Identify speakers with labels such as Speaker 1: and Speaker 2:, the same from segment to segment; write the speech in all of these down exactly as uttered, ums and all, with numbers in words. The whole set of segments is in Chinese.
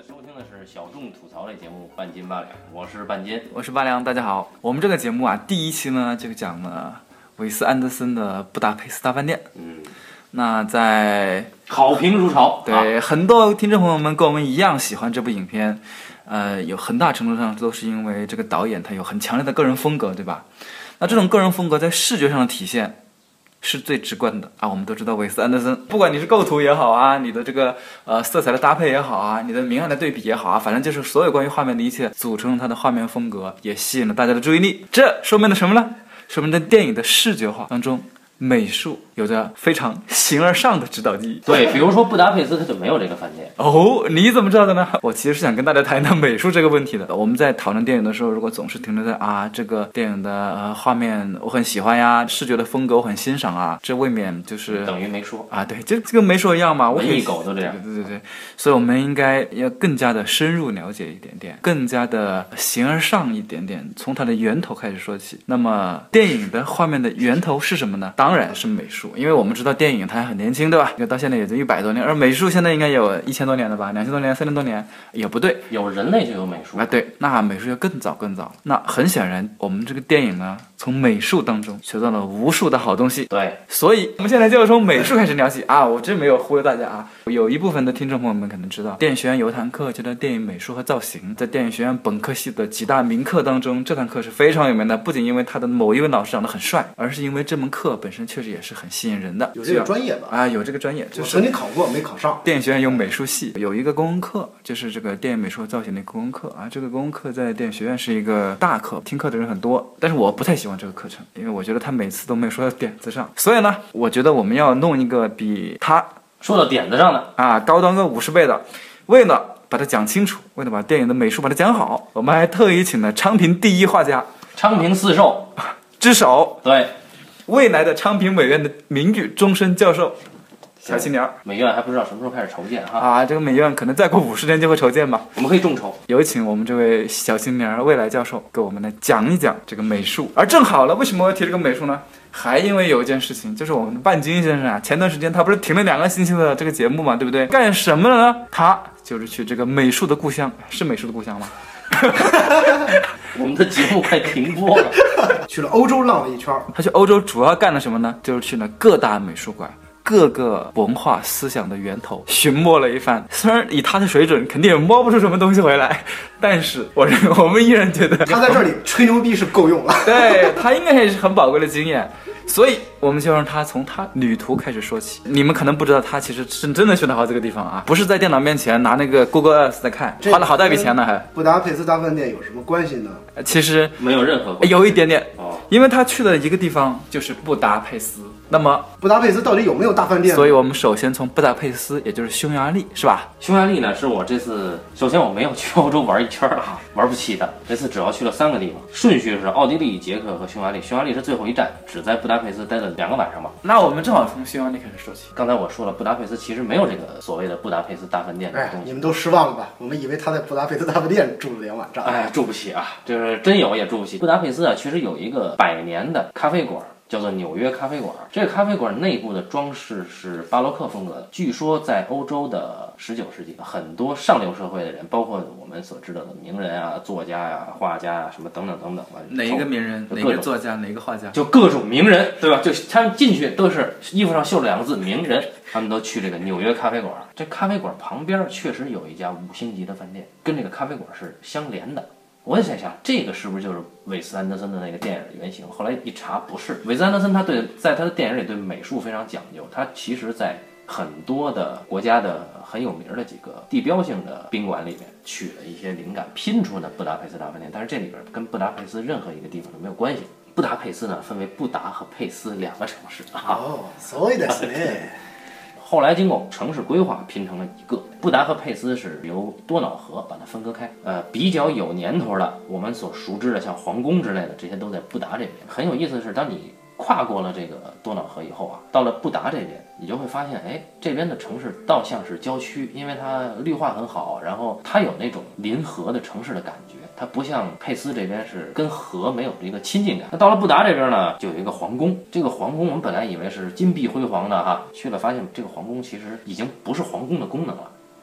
Speaker 1: 收听的是小众吐槽类节目《半斤八两》，我是半斤，
Speaker 2: 我是八两。大家好，我们这个节目啊，第一期呢就讲了韦斯安德森的《布达佩斯大饭店》。
Speaker 1: 嗯，
Speaker 2: 那在
Speaker 1: 好评如潮，
Speaker 2: 对、
Speaker 1: 啊、
Speaker 2: 很多听众朋友们跟我们一样喜欢这部影片，呃，有很大程度上都是因为这个导演他有很强烈的个人风格，对吧？那这种个人风格在视觉上的体现是最直观的啊！我们都知道韦斯安德森，不管你是构图也好啊，你的这个呃色彩的搭配也好啊，你的明暗的对比也好啊，反正就是所有关于画面的一切组成了他的画面风格，也吸引了大家的注意力。这说明了什么呢？说明在电影的视觉化当中，美术有着非常形而上的指导意义。
Speaker 1: 对，比如说布达佩斯，它就没有这个饭店。
Speaker 2: 哦，你怎么知道的呢？我其实是想跟大家谈一谈美术这个问题的。我们在讨论电影的时候，如果总是停留在啊这个电影的呃画面我很喜欢呀，视觉的风格我很欣赏啊，这未免就是
Speaker 1: 等于没说
Speaker 2: 啊。对，就这个没说一样嘛。
Speaker 1: 文艺狗都这样。
Speaker 2: 对对对对，所以我们应该要更加的深入了解一点点，更加的形而上一点点，从它的源头开始说起。那么电影的画面的源头是什么呢？当然是美术，因为我们知道电影它还很年轻，对吧？到现在也就一百多年，而美术现在应该有一千多年了吧，两千多年、三千多年也不对，
Speaker 1: 有人类就有美术
Speaker 2: 啊。对，那美术就更早更早。那很显然，我们这个电影呢，从美术当中学到了无数的好东西。
Speaker 1: 对，
Speaker 2: 所以我们现在就要从美术开始聊起啊！我真没有忽悠大家啊。有一部分的听众朋友们可能知道，电影学院有堂课叫做电影美术和造型，在电影学院本科系的几大名课当中，这堂课是非常有名的。不仅因为他的某一位老师长得很帅，而是因为这门课本身确实也是很吸引人的。
Speaker 3: 有这个专业吧？
Speaker 2: 啊，有这个专业，就是
Speaker 3: 我曾经考过，没考上。
Speaker 2: 电影学院有美术系，有一个公共课，就是这个电影美术和造型的公共课啊。这个公共课在电影学院是一个大课，听课的人很多，但是我不太喜欢这个课程，因为我觉得他每次都没有说到点子上。所以呢，我觉得我们要弄一个比他
Speaker 1: 说到点子上的
Speaker 2: 啊高端个五十倍的，为了把它讲清楚，为了把电影的美术把它讲好，我们还特意请了昌平第一画家
Speaker 1: 昌平四兽
Speaker 2: 之首，
Speaker 1: 对，
Speaker 2: 未来的昌平美院的名誉终身教授小青年。
Speaker 1: 美院还不知道什么时候开始筹建哈
Speaker 2: 啊，这个美院可能再过五十年就会筹建吧。
Speaker 1: 我们可以众筹，
Speaker 2: 有请我们这位小青年未来教授给我们来讲一讲这个美术。而正好了，为什么我要提这个美术呢？还因为有一件事情，就是我们的半斤先生啊，前段时间他不是停了两个星期的这个节目嘛，对不对？干什么了呢？他就是去这个美术的故乡，是美术的故乡吗？
Speaker 1: 我们的节目快停播了。
Speaker 3: 去了欧洲浪了一圈，
Speaker 2: 他去欧洲主要干了什么呢？就是去了各大美术馆，各个文化思想的源头寻摸了一番。虽然以他的水准肯定也摸不出什么东西回来，但是我认为我们依然觉得
Speaker 3: 他在这里吹牛逼是够用了。
Speaker 2: 对，他应该也是很宝贵的经验，所以我们就让他从他旅途开始说起。你们可能不知道，他其实是真的去了好几个地方啊，不是在电脑面前拿那个 Google Earth 在看，花了好大笔钱呢还。
Speaker 3: 布达佩斯大饭店有什么关系呢？
Speaker 2: 其实
Speaker 1: 没有任何关系，
Speaker 2: 有一点点
Speaker 1: 哦，
Speaker 2: 因为他去了一个地方就是布达佩斯。那么
Speaker 3: 布达佩斯到底有没有大饭店？
Speaker 2: 所以我们首先从布达佩斯，也就是匈牙利，是吧？
Speaker 1: 匈牙利呢，是我这次首先我没有去欧洲玩一圈啊，玩不起的。这次主要去了三个地方，顺序是奥地利、捷克和匈牙利。匈牙利是最后一站，只在布达佩斯待了两个晚上吧。
Speaker 2: 那我们正好从匈牙利开始说起。
Speaker 1: 刚才我说了，布达佩斯其实没有这个所谓的布达佩斯大饭店的
Speaker 3: 哎
Speaker 1: 东，西。
Speaker 3: 你们都失望了吧？我们以为他在布达佩斯大饭店住了两晚上。
Speaker 1: 哎，住不起啊，就是真有也住不起。布达佩斯啊，确实有一个百年的咖啡馆。叫做纽约咖啡馆。这个咖啡馆内部的装饰是巴洛克风格的。据说在欧洲的十九世纪，很多上流社会的人，包括我们所知道的名人啊、作家呀、啊、画家呀、啊、什么等等等等吧。
Speaker 2: 哪一个名人？哪个作家？哪个画家？
Speaker 1: 就各种名人，对吧？就他们进去都是衣服上绣了两个字“名人”，他们都去这个纽约咖啡馆。这咖啡馆旁边确实有一家五星级的饭店，跟这个咖啡馆是相连的。我也在想，这个是不是就是韦斯安德森的那个电影的原型？后来一查，不是。韦斯安德森他对在他的电影里对美术非常讲究，他其实在很多的国家的很有名的几个地标性的宾馆里面取了一些灵感，拼出了布达佩斯大饭店。但是这里边跟布达佩斯任何一个地方都没有关系。布达佩斯呢分为布达和佩斯两个城市啊。
Speaker 3: 哦，所以的是嘞。
Speaker 1: 后来经过城市规划拼成了一个。布达和佩斯是由多瑙河把它分割开。呃，比较有年头的，我们所熟知的像皇宫之类的，这些都在布达这边。很有意思的是，当你跨过了这个多瑙河以后啊，到了布达这边，你就会发现，哎，这边的城市倒像是郊区，因为它绿化很好，然后它有那种临河的城市的感觉。它不像佩斯这边是跟河没有一个亲近感。那到了布达这边呢，就有一个皇宫。这个皇宫我们本来以为是金碧辉煌的哈，去了发现这个皇宫其实已经不是皇宫的功能了，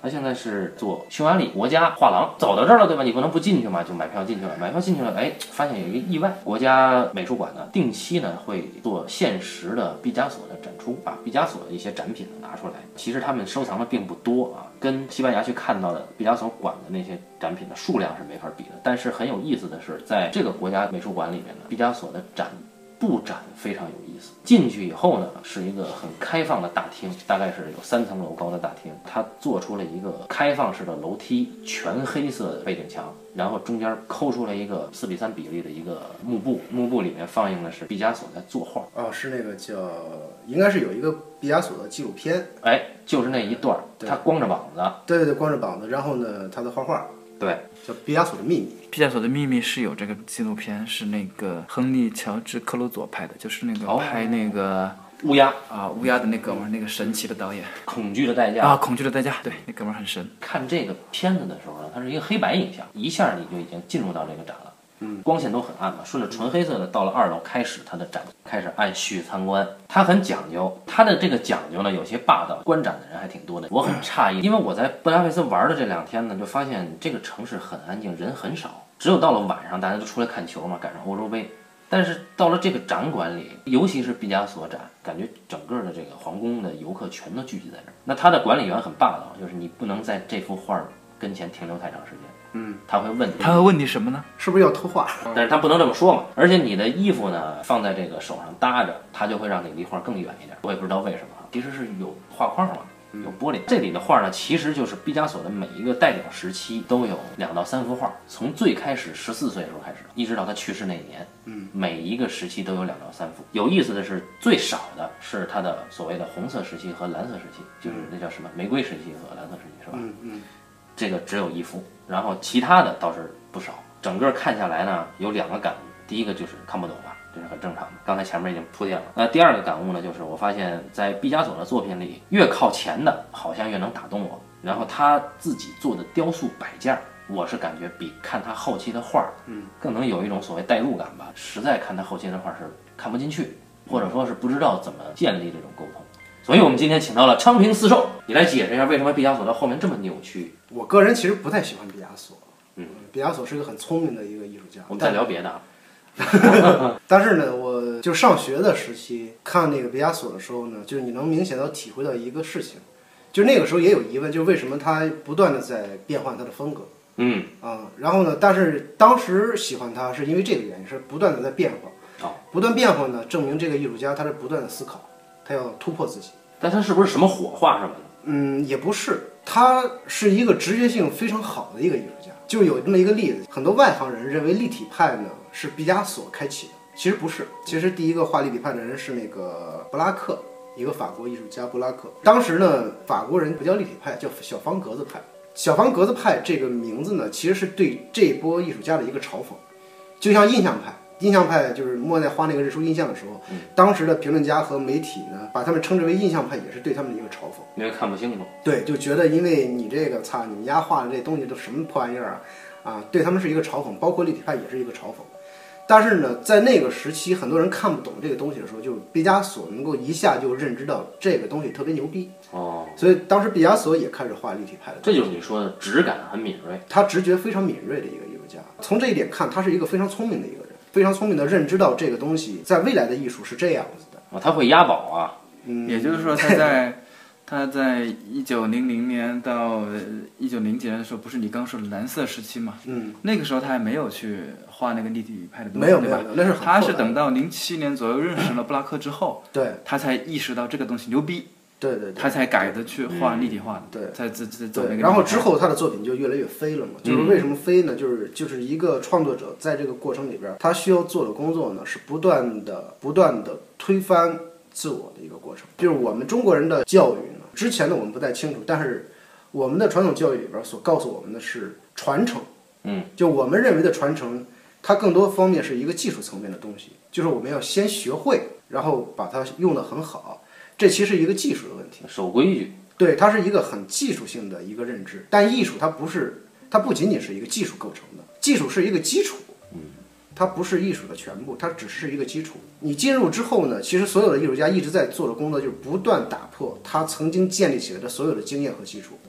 Speaker 1: 他现在是做匈牙利国家画廊，走到这儿了，对吧？你不能不进去嘛，就买票进去了。买票进去了，哎，发现有一个意外，国家美术馆呢定期呢会做限时的毕加索的展出，把毕加索的一些展品拿出来。其实他们收藏的并不多啊，跟西班牙去看到的毕加索馆的那些展品的数量是没法比的。但是很有意思的是，在这个国家美术馆里面呢，毕加索的展布展非常有意思。进去以后呢，是一个很开放的大厅，大概是有三层楼高的大厅。它做出了一个开放式的楼梯，全黑色的背景墙，然后中间抠出了一个四比三比例的一个幕布，幕布里面放映的是毕加索在作画。
Speaker 3: 哦，是那个叫，应该是有一个毕加索的纪录片。
Speaker 1: 哎，就是那一段，他光着膀子。
Speaker 3: 对对对，光着膀子，然后呢，他的画画。
Speaker 1: 对，
Speaker 3: 叫毕加索的秘密。
Speaker 2: 毕加索的秘密是有这个纪录片，是那个亨利·乔治·克鲁佐拍的，就是那个拍那个
Speaker 1: 乌鸦
Speaker 2: 啊乌鸦的那哥们儿，那个神奇的导演。
Speaker 1: 恐惧的代价
Speaker 2: 啊，恐惧的代价，对，那哥们儿很神。
Speaker 1: 看这个片子的时候呢，它是一个黑白影像，一下你就已经进入到这个展了。嗯，光线都很暗嘛，顺着纯黑色的到了二楼，开始它的展，开始按序参观。它很讲究，它的这个讲究呢，有些霸道，观展的人还挺多的。我很诧异，因为我在布达佩斯玩的这两天呢，就发现这个城市很安静，人很少，只有到了晚上，大家都出来看球嘛，赶上欧洲杯。但是到了这个展馆里，尤其是毕加索展，感觉整个的这个皇宫的游客全都聚集在这儿。那他的管理员很霸道，就是你不能在这幅画跟前停留太长时间。
Speaker 3: 嗯，
Speaker 1: 他会问你，
Speaker 2: 他会问你什么呢？
Speaker 3: 是不是要偷画？
Speaker 1: 但是他不能这么说嘛。而且你的衣服呢放在这个手上搭着，他就会让你离画更远一点。我也不知道为什么，其实是有画框嘛，有玻璃。这里的画呢，其实就是毕加索的每一个代表时期都有两到三幅画，从最开始十四岁的时候开始，一直到他去世那一年，嗯，每一个时期都有两到三幅。有意思的是，最少的是他的所谓的红色时期和蓝色时期，就是那叫什么玫瑰时期和蓝色时期，是吧？
Speaker 3: 嗯嗯。
Speaker 1: 这个只有一幅，然后其他的倒是不少。整个看下来呢，有两个感悟，第一个就是看不懂吧，这是很正常的，刚才前面已经铺垫了。那第二个感悟呢，就是我发现在毕加索的作品里，越靠前的好像越能打动我。然后他自己做的雕塑摆件，我是感觉比看他后期的画，嗯，更能有一种所谓代入感吧。实在看他后期的画是看不进去，或者说是不知道怎么建立这种沟通。所以我们今天请到了昌平四兽，你来解释一下为什么毕加索到后面这么扭曲。
Speaker 3: 我个人其实不太喜欢毕加索，嗯，毕加索是一个很聪明的一个艺术家。
Speaker 1: 我们再聊别的啊。
Speaker 3: 但是呢，我就上学的时期看那个毕加索的时候呢，就是你能明显的体会到一个事情，就那个时候也有疑问，就是为什么他不断的在变换他的风格。
Speaker 1: 嗯
Speaker 3: 啊，然后呢，但是当时喜欢他是因为这个原因，是不断的在变化。
Speaker 1: 哦，
Speaker 3: 不断变化呢，证明这个艺术家他是不断的思考，他要突破自己。
Speaker 1: 但他是不是什么火花什么的？
Speaker 3: 嗯，也不是，他是一个直觉性非常好的一个艺术家。就有这么一个例子，很多外行人认为立体派呢是毕加索开启的，其实不是。其实第一个画立体派的人是那个布拉克，一个法国艺术家布拉克。当时呢，法国人不叫立体派，叫小方格子派。小方格子派这个名字呢，其实是对这波艺术家的一个嘲讽，就像印象派。印象派就是莫奈画那个日出印象的时候，嗯、当时的评论家和媒体呢，把他们称之为印象派，也是对他们的一个嘲讽，
Speaker 1: 因为看不清楚。
Speaker 3: 对，就觉得因为你这个操，你们家画的这东西都什么破玩意儿啊，啊，对他们是一个嘲讽，包括立体派也是一个嘲讽。但是呢，在那个时期，很多人看不懂这个东西的时候，就毕加索能够一下就认知到这个东西特别牛逼
Speaker 1: 哦，
Speaker 3: 所以当时毕加索也开始画立体派了。
Speaker 1: 这就是你说的质感很敏锐，
Speaker 3: 他直觉非常敏锐的一个艺术家。从这一点看，他是一个非常聪明的一个人。非常聪明的认知到这个东西在未来的艺术是这样子的
Speaker 1: 啊，他会押宝啊，
Speaker 2: 嗯，也就是说他在他在一九零零年到一九零几年的时候，不是你刚说的蓝色时期嘛？嗯，那个时候他还没有去画那个立体派的东西，
Speaker 3: 没有
Speaker 2: 对吧？
Speaker 3: 没有，那是很
Speaker 2: 他是等到零七年左右认识了布拉克之后，
Speaker 3: 对，
Speaker 2: 他才意识到这个东西牛逼。
Speaker 3: 对对对，
Speaker 2: 他才改的去画立体画的，
Speaker 3: 对，
Speaker 2: 才自自走那个。
Speaker 3: 然后之后他的作品就越来越飞了嘛，就是为什么飞呢？就是就是一个创作者在这个过程里边，他需要做的工作呢，是不断的不断的推翻自我的一个过程。就是我们中国人的教育呢，之前的我们不太清楚，但是我们的传统教育里边所告诉我们的是传承，嗯，就我们认为的传承，它更多方面是一个技术层面的东西，就是我们要先学会，然后把它用得很好。这其实是一个技术的问题，
Speaker 1: 守规矩，
Speaker 3: 对，它是一个很技术性的一个认知。但艺术它不是，它不仅仅是一个技术构成的，技术是一个基础，嗯，它不是艺术的全部，它只是一个基础。你进入之后呢，其实所有的艺术家一直在做的工作就是不断打破他曾经建立起来的所有的经验和基础，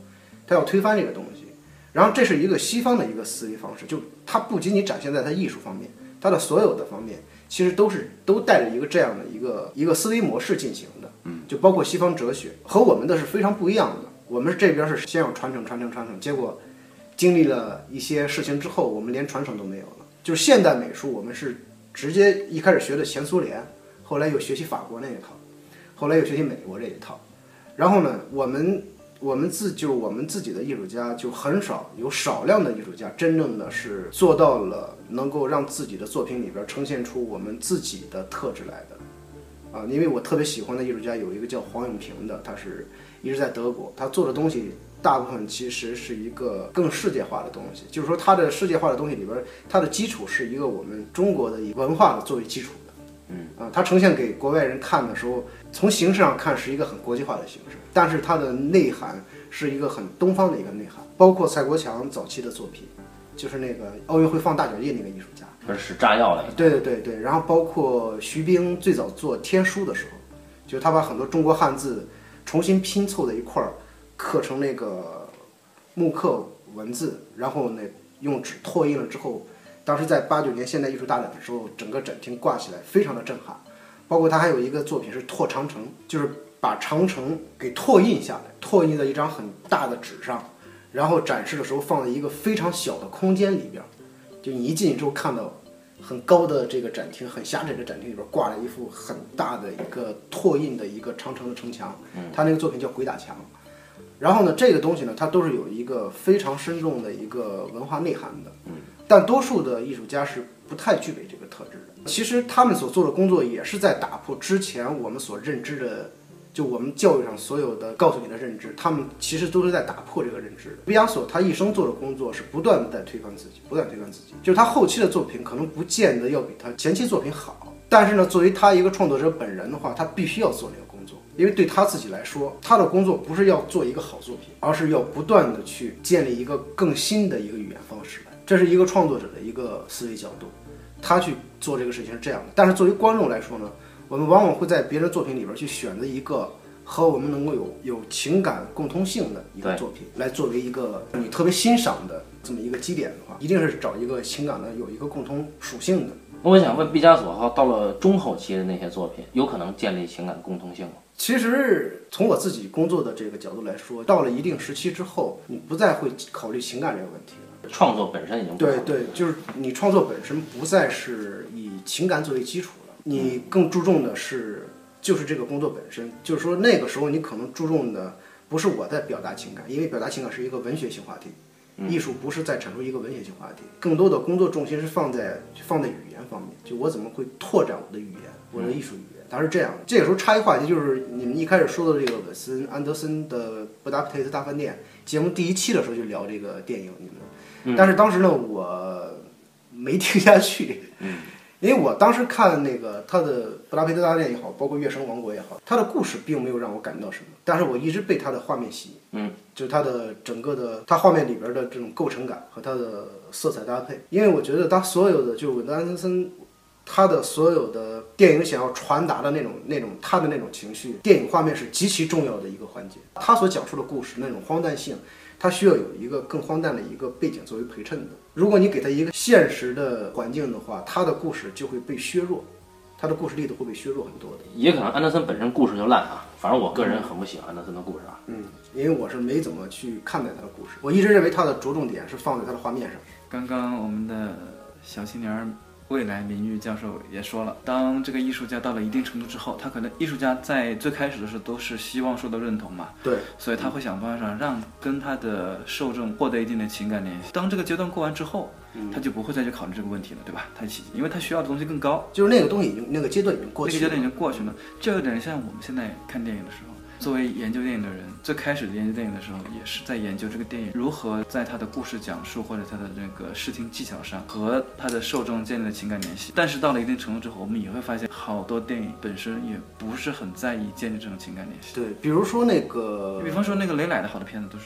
Speaker 3: 他要推翻这个东西。然后这是一个西方的一个思维方式，就它不仅仅展现在它艺术方面，它的所有的方面其实都是都带着一个这样的一个一个思维模式进行的。嗯，就包括西方哲学和我们的是非常不一样的。我们这边是先要传承传承传承，结果经历了一些事情之后，我们连传承都没有了。就是现代美术，我们是直接一开始学的前苏联，后来又学习法国那一套，后来又学习美国这一套。然后呢，我们我们自就我们自己的艺术家就很少有少量的艺术家真正的是做到了能够让自己的作品里边呈现出我们自己的特质来的。啊，因为我特别喜欢的艺术家有一个叫黄永平的，他是一直在德国，他做的东西大部分其实是一个更世界化的东西，就是说他的世界化的东西里边，它的基础是一个我们中国的一个文化的作为基础的。嗯啊，它呈现给国外人看的时候，从形式上看是一个很国际化的形式，但是它的内涵是一个很东方的一个内涵。包括蔡国强早期的作品，就是那个奥运会放大脚印那个艺术家，
Speaker 1: 不是使炸药来的。
Speaker 3: 对对对对，然后包括徐冰最早做天书的时候，就是他把很多中国汉字重新拼凑在一块儿，刻成那个木刻文字，然后呢用纸拓印了之后，当时在八九年现代艺术大展的时候，整个展厅挂起来非常的震撼。包括他还有一个作品是拓长城，就是把长城给拓印下来，拓印在一张很大的纸上，然后展示的时候放在一个非常小的空间里边，就你一进去之后看到很高的这个展厅，很狭窄的展厅里边挂了一幅很大的一个拓印的一个长城的城墙，他那个作品叫鬼打墙。然后呢，这个东西呢，它都是有一个非常深重的一个文化内涵的，但多数的艺术家是不太具备这个特质的。其实他们所做的工作也是在打破之前我们所认知的，就我们教育上所有的告诉你的认知，他们其实都是在打破这个认知。毕加索他一生做的工作是不断的在推翻自己，不断推翻自己。就是他后期的作品可能不见得要比他前期作品好，但是呢，作为他一个创作者本人的话，他必须要做那个工作，因为对他自己来说，他的工作不是要做一个好作品，而是要不断的去建立一个更新的一个语言方式来。这是一个创作者的一个思维角度，他去做这个事情是这样的。但是作为观众来说呢，我们往往会在别人作品里边去选择一个和我们能够有有情感共通性的一个作品，来作为一个你特别欣赏的这么一个基点的话，一定是找一个情感的有一个共同属性的。
Speaker 1: 我想问，毕加索哈到了中后期的那些作品，有可能建立情感共通性吗？
Speaker 3: 其实从我自己工作的这个角度来说，到了一定时期之后，你不再会考虑情感这个问题了。
Speaker 1: 创作本身已经不
Speaker 3: 对对，就是你创作本身不再是以情感作为基础了，你更注重的是就是这个工作本身。就是说那个时候你可能注重的不是我在表达情感，因为表达情感是一个文学性话题，艺术不是在阐述一个文学性话题，更多的工作重心是放在放在语言方面，就我怎么会拓展我的语言，我的艺术语言。它是这样的，这个时候插一话题，就是你们一开始说的这个韦斯安德森的《布达佩斯大饭店》节目第一期的时候就聊这个电影，你们，但是当时呢我没听下去，嗯，因为我当时看那个他的《布达佩斯大饭店》也好，包括《月升王国》也好，他的故事并没有让我感到什么，但是我一直被他的画面吸引，嗯，就是他的整个的他画面里边的这种构成感和他的色彩搭配，因为我觉得他所有的就是韦斯安德森。他的所有的电影想要传达的那种、那种他的那种情绪，电影画面是极其重要的一个环节。他所讲述的故事那种荒诞性，他需要有一个更荒诞的一个背景作为陪衬的。如果你给他一个现实的环境的话，他的故事就会被削弱，他的故事力度会被削弱很多的。
Speaker 1: 也可能安德森本身故事就烂啊，反正我个人很不喜欢安德森的故事啊。
Speaker 3: 嗯，因为我是没怎么去看待他的故事，我一直认为他的着重点是放在他的画面上。
Speaker 2: 刚刚我们的小青年未来名誉教授也说了，当这个艺术家到了一定程度之后，他可能艺术家在最开始的时候都是希望受到认同嘛，
Speaker 3: 对，
Speaker 2: 所以他会想办法让跟他的受众获得一定的情感联系。当这个阶段过完之后，嗯、他就不会再去考虑这个问题了，对吧？他因为他需要的东西更高，
Speaker 3: 就是那个东西已经那个阶段已经过去了，
Speaker 2: 那个阶段已经过去了，就有点像我们现在看电影的时候。作为研究电影的人，最开始研究电影的时候，也是在研究这个电影如何在它的故事讲述或者它的这个视听技巧上和它的受众建立了情感联系。但是到了一定程度之后，我们也会发现，好多电影本身也不是很在意建立这种情感联系。
Speaker 3: 对，比如说那个，
Speaker 2: 比方说那个雷乃的好的片子都是这样的。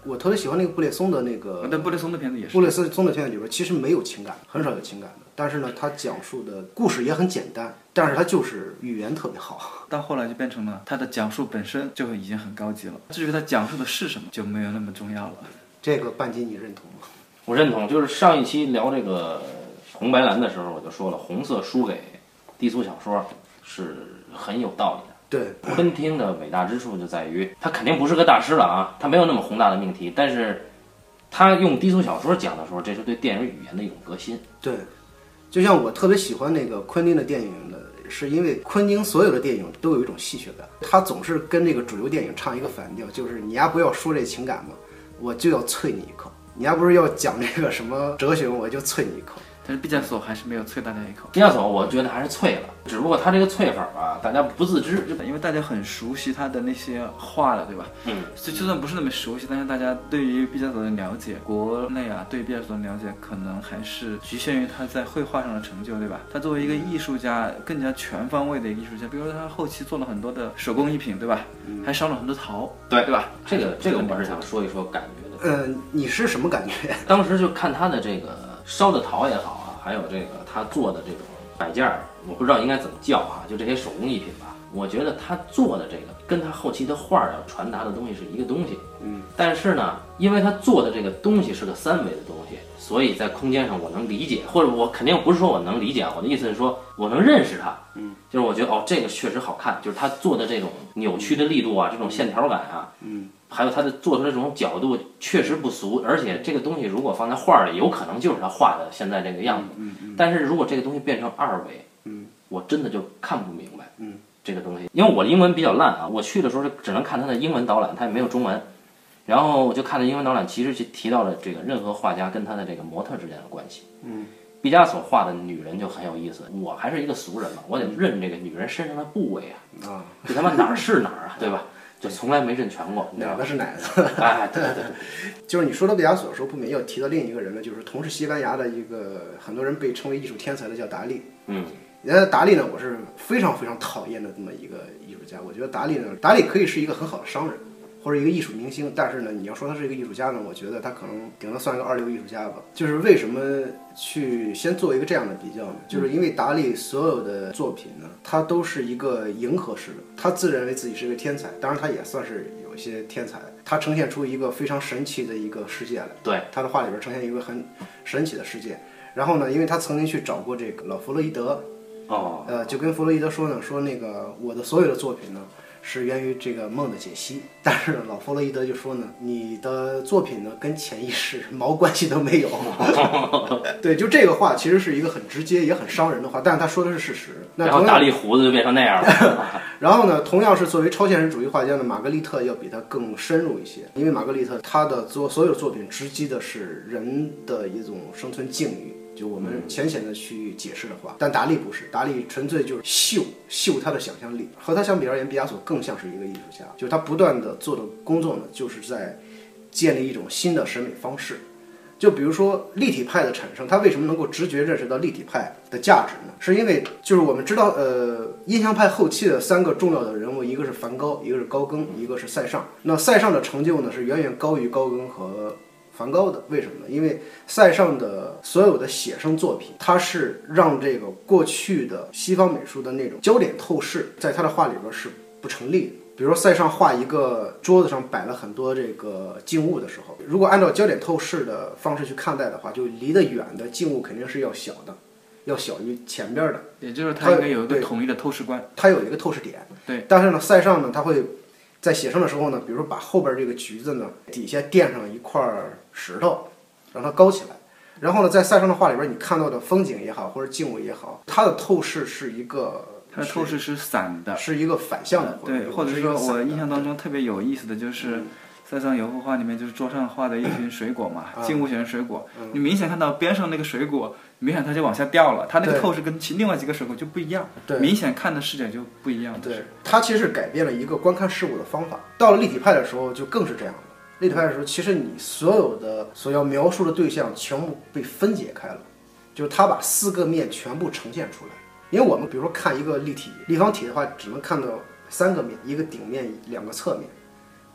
Speaker 3: 我特别喜欢那个布列松的那个，
Speaker 2: 但布列松的片子也是。
Speaker 3: 布列松的片子里边其实没有情感，很少有情感的。但是呢，他讲述的故事也很简单，但是他就是语言特别好。
Speaker 2: 到后来就变成了他的讲述本身就已经很高级了，至于他讲述的是什么就没有那么重要了。
Speaker 3: 这个半斤你认同吗？
Speaker 1: 我认同，就是上一期聊这个红白蓝的时候，我就说了，红色输给低俗小说是很有道理的。
Speaker 3: 对，
Speaker 1: 昆汀的伟大之处就在于，他肯定不是个大师了啊，他没有那么宏大的命题，但是他用低俗小说讲的时候，这是对电影语言的一种革新。
Speaker 3: 对，就像我特别喜欢那个昆汀的电影的，是因为昆汀所有的电影都有一种戏谑感，他总是跟这个主流电影唱一个反调，就是你丫不要说这情感嘛，我就要啐你一口；你丫不是要讲这个什么哲学，我就啐你一口。
Speaker 2: 但是毕加索还是没有啐大家一口。
Speaker 1: 毕加索我觉得还是啐了，只不过他这个啐法吧，大家不自知，
Speaker 2: 因为大家很熟悉他的那些画了，对吧？
Speaker 1: 嗯，
Speaker 2: 所以就算不是那么熟悉，但是大家对于毕加索的了解，国内啊对毕加索的了解，可能还是局限于他在绘画上的成就，对吧？他作为一个艺术家，更加全方位的一个艺术家，比如说他后期做了很多的手工艺品，对吧？嗯、还烧了很多陶，
Speaker 1: 对
Speaker 2: 对吧？
Speaker 1: 这个这个我是想说一说感觉的。
Speaker 3: 嗯、呃，你是什么感觉？
Speaker 1: 当时就看他的这个烧的陶也好啊，还有这个他做的这种摆件儿，我不知道应该怎么叫啊，就这些手工艺品吧。我觉得他做的这个跟他后期的画儿要传达的东西是一个东西，
Speaker 3: 嗯，
Speaker 1: 但是呢，因为他做的这个东西是个三维的东西，所以在空间上我能理解，或者我肯定不是说我能理解，我的意思是说我能认识它，
Speaker 3: 嗯，
Speaker 1: 就是我觉得哦，这个确实好看，就是他做的这种扭曲的力度啊，这种线条感啊，
Speaker 3: 嗯。
Speaker 1: 还有他的做出来这种角度确实不俗，而且这个东西如果放在画里，有可能就是他画的现在这个样子。
Speaker 3: 嗯嗯。
Speaker 1: 但是如果这个东西变成二维，
Speaker 3: 嗯，
Speaker 1: 我真的就看不明白。
Speaker 3: 嗯，
Speaker 1: 这个东西，因为我的英文比较烂啊，我去的时候只能看他的英文导览，他也没有中文。然后我就看了英文导览，其实就提到了这个任何画家跟他的这个模特之间的关系。
Speaker 3: 嗯，
Speaker 1: 毕加索画的女人就很有意思，我还是一个俗人嘛，我得认这个女人身上的部位啊，
Speaker 3: 啊，
Speaker 1: 这他妈哪儿是哪儿啊，对吧？就从来没认全过，
Speaker 3: 哪个是哪个？
Speaker 1: 哎，对对对，
Speaker 3: 就是你说到毕加索的时候，不免要提到另一个人呢，就是同是西班牙的一个很多人被称为艺术天才的叫达利。
Speaker 1: 嗯，
Speaker 3: 人家达利呢，我是非常非常讨厌的这么一个艺术家。我觉得达利呢，达利可以是一个很好的商人或者一个艺术明星，但是呢，你要说他是一个艺术家呢，我觉得他可能顶多算一个二流艺术家吧。就是为什么去先做一个这样的比较呢？就是因为达利所有的作品呢，他都是一个迎合式的，他自认为自己是一个天才，当然他也算是有一些天才，他呈现出一个非常神奇的一个世界来。
Speaker 1: 对，
Speaker 3: 他的画里边呈现一个很神奇的世界。然后呢，因为他曾经去找过这个老弗洛伊德，
Speaker 1: 哦，
Speaker 3: 呃，就跟弗洛伊德说呢，说那个我的所有的作品呢是源于这个梦的解析，但是呢，老弗洛伊德就说呢，你的作品呢跟潜意识毛关系都没有。对，就这个话其实是一个很直接也很伤人的话，但是他说的是事实。那
Speaker 1: 然后达利胡子就变成那样了。
Speaker 3: 然后呢，同样是作为超现实主义画家的玛格丽特要比他更深入一些，因为玛格丽特她的作所有作品直击的是人的一种生存境遇。就我们浅显的去解释的话，但达利不是，达利纯粹就是秀秀他的想象力。和他相比而言，毕加索更像是一个艺术家，就是他不断的做的工作呢，就是在建立一种新的审美方式。就比如说立体派的产生，他为什么能够直觉认识到立体派的价值呢？是因为就是我们知道，呃，印象派后期的三个重要的人物，一个是梵高，一个是高更，一个是塞尚。那塞尚的成就呢，是远远高于高更和梵高的。为什么呢？因为塞尚的所有的写生作品，他是让这个过去的西方美术的那种焦点透视，在他的画里边是不成立的。比如说塞尚画一个桌子上摆了很多这个静物的时候，如果按照焦点透视的方式去看待的话，就离得远的静物肯定是要小的，要小于前边的。
Speaker 2: 也就是他应该有一个统一的透视观，
Speaker 3: 他有一个透视点。
Speaker 2: 对，
Speaker 3: 但是呢，塞尚呢，他会在写生的时候呢，比如说把后边这个橘子呢底下垫上一块石头，让它高起来。然后呢，在塞尚的画里边，你看到的风景也好，或者静物也好，它的透视是一个。
Speaker 2: 它的透视是散的，
Speaker 3: 是一个反向的，
Speaker 2: 对，或者说我印象当中特别有意思的就是，塞尚有幅画里面就是桌上画的一群水果嘛，静物选水果，你明显看到边上那个水果，明显它就往下掉了，它那个透视跟其另外几个水果就不一样，明显看的视角就不一样。
Speaker 3: 对，它其实改变了一个观看事物的方法。到了立体派的时候就更是这样的。立体派的时候，其实你所有的所要描述的对象全部被分解开了，就是它把四个面全部呈现出来。因为我们比如说看一个立体立方体的话，只能看到三个面，一个顶面，两个侧面。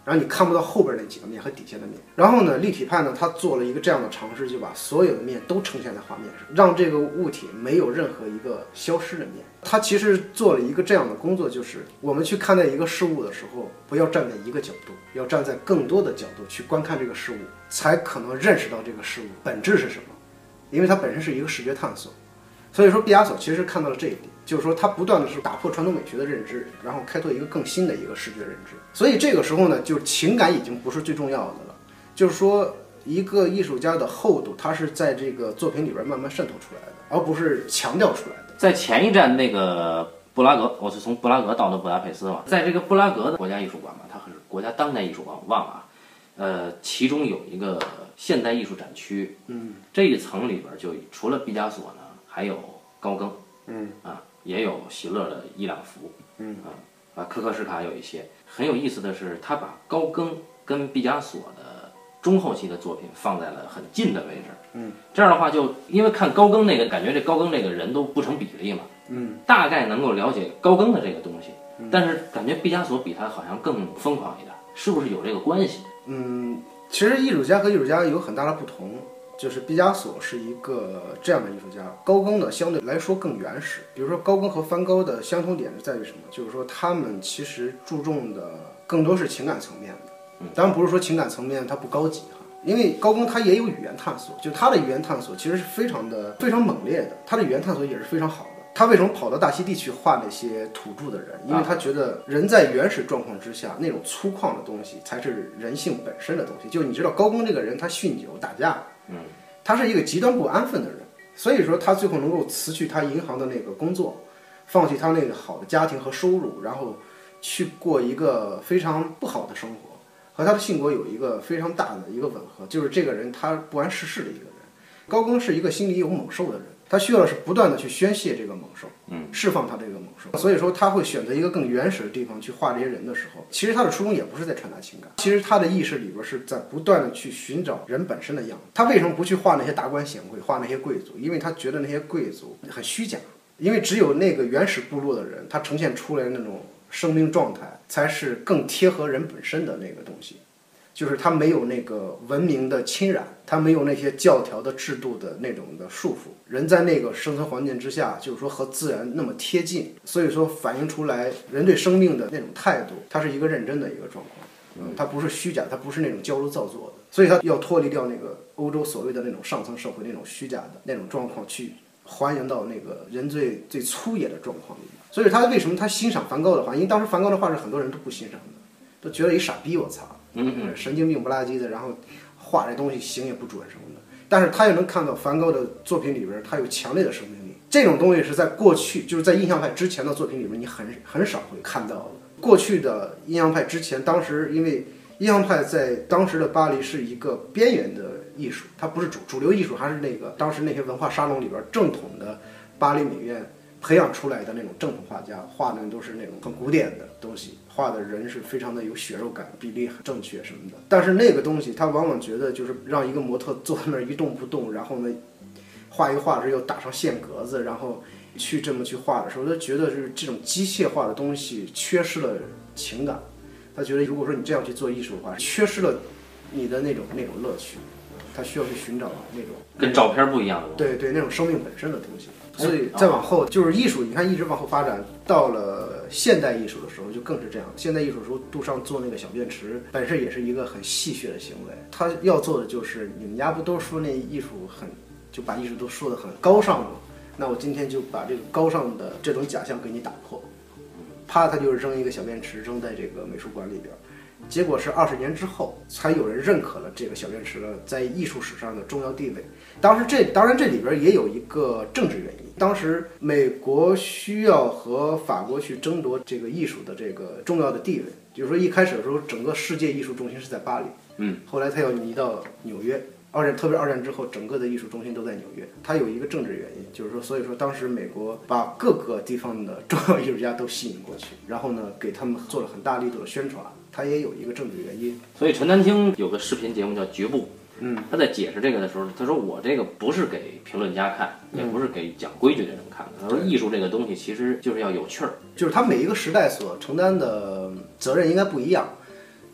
Speaker 3: 然后你看不到后边那几个面和底下的面。然后呢，立体派呢，它做了一个这样的尝试，就把所有的面都呈现在画面上，让这个物体没有任何一个消失的面。它其实做了一个这样的工作，就是我们去看待一个事物的时候，不要站在一个角度，要站在更多的角度去观看这个事物，才可能认识到这个事物本质是什么。因为它本身是一个视觉探索。所以说毕加索其实看到了这一点，就是说他不断的是打破传统美学的认知，然后开拓一个更新的一个视觉认知。所以这个时候呢，就是情感已经不是最重要的了，就是说一个艺术家的厚度，它是在这个作品里边慢慢渗透出来的，而不是强调出来的。
Speaker 1: 在前一站那个布拉格，我是从布拉格到的布达佩斯嘛，在这个布拉格的国家艺术馆嘛，它是国家当代艺术馆，我忘了啊。呃，其中有一个现代艺术展区，
Speaker 3: 嗯，
Speaker 1: 这一层里边就除了毕加索呢，还有高更，
Speaker 3: 嗯
Speaker 1: 啊，也有席勒的伊朗服，
Speaker 3: 嗯
Speaker 1: 啊啊，科克什卡有一些。很有意思的是，他把高更跟毕加索的中后期的作品放在了很近的位置，
Speaker 3: 嗯，
Speaker 1: 这样的话就因为看高更那个，感觉这高更这个人都不成比例嘛，
Speaker 3: 嗯，
Speaker 1: 大概能够了解高更的这个东西，但是感觉毕加索比他好像更疯狂一点，是不是有这个关系？
Speaker 3: 嗯，其实艺术家和艺术家有很大的不同，就是毕加索是一个这样的艺术家，高更呢相对来说更原始。比如说高更和梵高的相同点是在于什么？就是说他们其实注重的更多是情感层面的，当然不是说情感层面它不高级哈，因为高更他也有语言探索，就他的语言探索其实是非常的非常猛烈的，他的语言探索也是非常好的。他为什么跑到大溪地去画那些土著的人？因为他觉得人在原始状况之下，那种粗犷的东西才是人性本身的东西。就你知道高更这个人，他酗酒打架，
Speaker 1: 嗯，
Speaker 3: 他是一个极端不安分的人，所以说他最后能够辞去他银行的那个工作，放弃他那个好的家庭和收入，然后去过一个非常不好的生活，和他的性格有一个非常大的一个吻合。就是这个人他不谙世事的一个人。高更是一个心里有猛兽的人，他需要的是不断的去宣泄这个猛兽，嗯，释放他这个猛兽。所以说他会选择一个更原始的地方去画这些人的时候，其实他的初衷也不是在传达情感，其实他的意识里边是在不断的去寻找人本身的样子。他为什么不去画那些达官显贵，画那些贵族？因为他觉得那些贵族很虚假，因为只有那个原始部落的人，他呈现出来的那种生命状态，才是更贴合人本身的那个东西。就是他没有那个文明的侵染，他没有那些教条的制度的那种的束缚，人在那个生存环境之下，就是说和自然那么贴近，所以说反映出来人对生命的那种态度，它是一个认真的一个状况，嗯，它不是虚假，它不是那种矫揉造作的，所以他要脱离掉那个欧洲所谓的那种上层社会那种虚假的那种状况，去还原到那个人最最粗野的状况里面。所以他为什么他欣赏梵高的画？因为当时梵高的画是很多人都不欣赏的，都觉得一傻逼，我操。
Speaker 1: 嗯嗯，
Speaker 3: 神经病不拉几的，然后画这东西形也不准什么的。但是他也能看到梵高的作品里边，他有强烈的生命力。这种东西是在过去，就是在印象派之前的作品里面，你很很少会看到的。过去的印象派之前，当时因为印象派在当时的巴黎是一个边缘的艺术，它不是主主流艺术，还是那个当时那些文化沙龙里边正统的巴黎美院培养出来的那种正统画家，画的都是那种很古典的东西，画的人是非常的有血肉感，比例很正确什么的。但是那个东西他往往觉得就是让一个模特坐在那儿一动不动，然后呢画一个画时又打上线格子，然后去这么去画的时候，他觉得是这种机械化的东西缺失了情感。他觉得如果说你这样去做艺术的话，缺失了你的那种那种乐趣，他需要去寻找那种
Speaker 1: 跟照片不一样的东西，
Speaker 3: 对对，那种生命本身的东西。所以再往后就是艺术，你看一直往后发展，到了现代艺术的时候就更是这样。现代艺术的时候，杜尚做那个小便池本身也是一个很戏谑的行为。他要做的就是，你们家不都说那艺术很，就把艺术都说得很高尚吗？那我今天就把这个高尚的这种假象给你打破。啪，他就扔一个小便池扔在这个美术馆里边。结果是二十年之后，才有人认可了这个小便池的在艺术史上的重要地位。当时这当然这里边也有一个政治原因，当时美国需要和法国去争夺这个艺术的这个重要的地位，就是说一开始的时候，整个世界艺术中心是在巴黎，
Speaker 1: 嗯，
Speaker 3: 后来他要移到纽约。二战，特别二战之后，整个的艺术中心都在纽约。它有一个政治原因，就是说，所以说当时美国把各个地方的重要艺术家都吸引过去，然后呢，给他们做了很大力度的宣传。它也有一个政治原因。
Speaker 1: 所以陈丹青有个视频节目叫《局部》，
Speaker 3: 嗯，
Speaker 1: 他在解释这个的时候，他说我这个不是给评论家看，也不是给讲规矩的人看的。他说艺术这个东西其实就是要有趣儿，
Speaker 3: 就是他每一个时代所承担的责任应该不一样。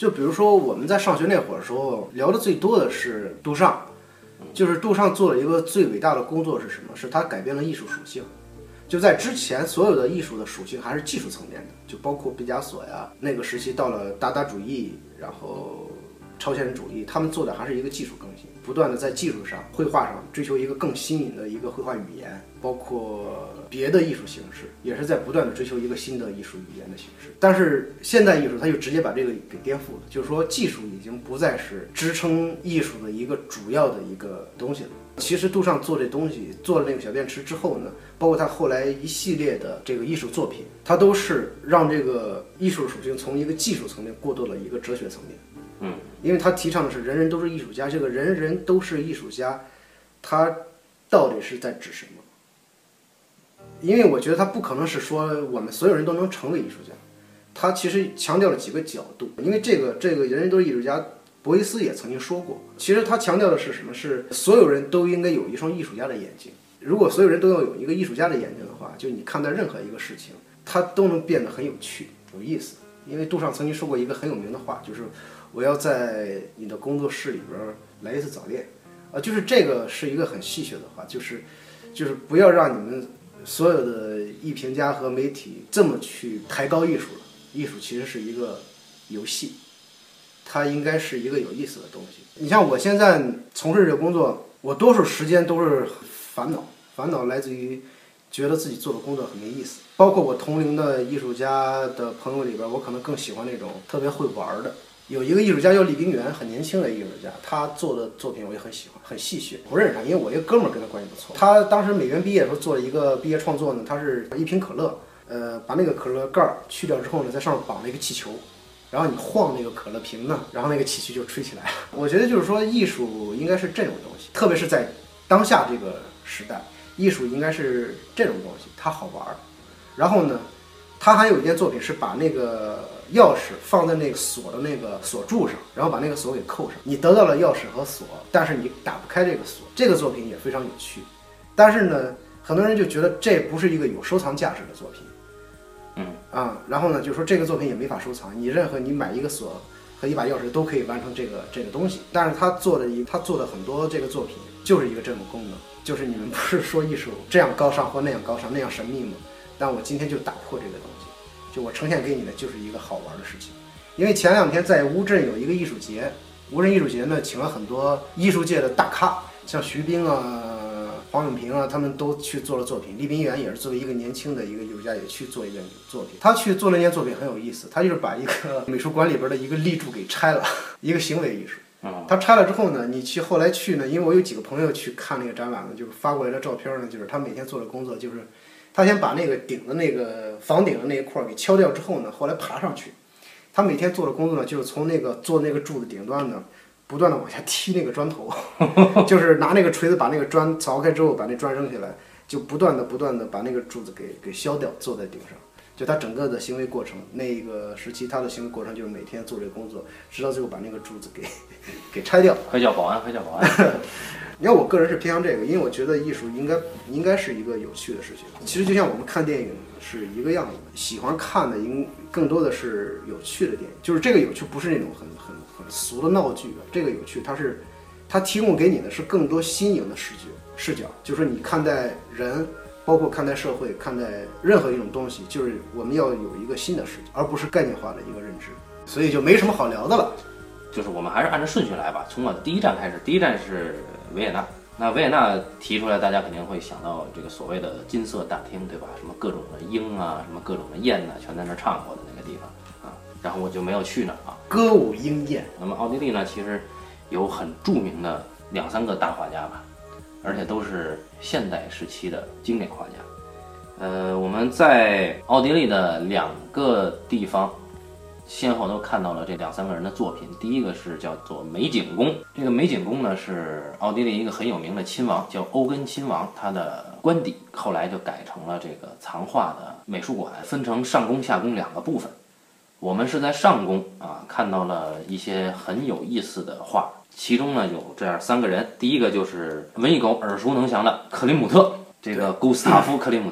Speaker 3: 就比如说我们在上学那会儿的时候，聊的最多的是杜尚，就是杜尚做了一个最伟大的工作是什么？是他改变了艺术属性。就在之前，所有的艺术的属性还是技术层面的，就包括毕加索呀，那个时期到了达达主义，然后超现实主义，他们做的还是一个技术更新，不断的在技术上、绘画上追求一个更新颖的一个绘画语言，包括别的艺术形式，也是在不断的追求一个新的艺术语言的形式。但是现代艺术它就直接把这个给颠覆了，就是说技术已经不再是支撑艺术的一个主要的一个东西了。其实杜尚做这东西，做了那个小便池之后呢，包括他后来一系列的这个艺术作品，他都是让这个艺术属性从一个技术层面过渡了一个哲学层面。
Speaker 1: 嗯，
Speaker 3: 因为他提倡的是人人都是艺术家，这个人人都是艺术家，他到底是在指什么？因为我觉得他不可能是说我们所有人都能成为艺术家，他其实强调了几个角度。因为这个这个人人都是艺术家，博伊斯也曾经说过，其实他强调的是什么？是所有人都应该有一双艺术家的眼睛。如果所有人都要有一个艺术家的眼睛的话，就你看待任何一个事情，它都能变得很有趣、有意思。因为杜尚曾经说过一个很有名的话，就是我要在你的工作室里边来一次早恋，啊，就是这个是一个很戏谑的话，就是就是不要让你们所有的艺评家和媒体这么去抬高艺术了。艺术其实是一个游戏，它应该是一个有意思的东西。你像我现在从事这个工作，我多数时间都是烦恼，烦恼来自于觉得自己做的工作很没意思。包括我同龄的艺术家的朋友里边，我可能更喜欢那种特别会玩的。有一个艺术家叫厉冰原，很年轻的艺术家，他做的作品我也很喜欢，很戏谑。不认识他，因为我一个哥们儿跟他关系不错。他当时美院毕业的时候做了一个毕业创作呢，他是一瓶可乐，呃，把那个可乐盖儿去掉之后呢，在上面绑了一个气球，然后你晃那个可乐瓶呢，然后那个气球就吹起来了。我觉得就是说，艺术应该是这种东西，特别是在当下这个时代，艺术应该是这种东西，它好玩。然后呢，他还有一件作品是把那个钥匙放在那个锁的那个锁柱上，然后把那个锁给扣上，你得到了钥匙和锁，但是你打不开这个锁。这个作品也非常有趣，但是呢，很多人就觉得这不是一个有收藏价值的作品。
Speaker 1: 嗯
Speaker 3: 啊，然后呢，就说这个作品也没法收藏，你任何你买一个锁和一把钥匙都可以完成这个这个东西。但是他做的一他做的很多这个作品就是一个这种功能，就是你们不是说艺术这样高尚或那样高尚那样神秘吗？但我今天就打破这个东西，就我呈现给你的就是一个好玩的事情。因为前两天在乌镇有一个艺术节，乌镇艺术节呢请了很多艺术界的大咖，像徐冰啊、黄永平啊，他们都去做了作品。厉冰原也是作为一个年轻的一个艺术家，也去做一件作品。他去做那件作品很有意思，他就是把一个美术馆里边的一个立柱给拆了，一个行为艺术。他拆了之后呢，你去后来去呢，因为我有几个朋友去看那个展览呢，就是发过来的照片呢，就是他每天做的工作就是。他先把那个顶的那个房顶的那一块给敲掉之后呢，后来爬上去。他每天做的工作呢，就是从那个做那个柱子顶端呢，不断的往下踢那个砖头，就是拿那个锤子把那个砖凿开之后，把那砖扔下来，就不断的不断的把那个柱子给给削掉，坐在顶上。就他整个的行为过程，那个时期他的行为过程就是每天做这个工作，直到最后把那个柱子给给拆掉。
Speaker 1: 快叫保安，快叫保安。
Speaker 3: 你看，我个人是偏向这个，因为我觉得艺术应该应该是一个有趣的事情。其实就像我们看电影是一个样子的，喜欢看的应更多的是有趣的电影。就是这个有趣不是那种很很很俗的闹剧，这个有趣它是它提供给你的是更多新颖的视觉视角，就是你看待人，包括看待社会，看待任何一种东西，就是我们要有一个新的视角，而不是概念化的一个认知。所以就没什么好聊的了。
Speaker 1: 就是我们还是按照顺序来吧，从我的第一站开始。第一站是维也纳。那维也纳提出来，大家肯定会想到这个所谓的金色大厅，对吧？什么各种的鹰啊，什么各种的雁呐、啊，全在那儿唱过的那个地方啊。然后我就没有去那儿啊。
Speaker 3: 歌舞鹰雁。
Speaker 1: 那么奥地利呢，其实有很著名的两三个大画家吧，而且都是现代时期的经典画家。呃，我们在奥地利的两个地方。先后都看到了这两三个人的作品。第一个是叫做美景宫，这个美景宫呢是奥地利一个很有名的亲王，叫欧根亲王，他的官邸后来就改成了这个藏画的美术馆，分成上宫下宫两个部分。我们是在上宫啊看到了一些很有意思的画，其中呢有这样三个人，第一个就是文艺狗耳熟能详的克林姆特，这个古斯塔夫·克林姆特。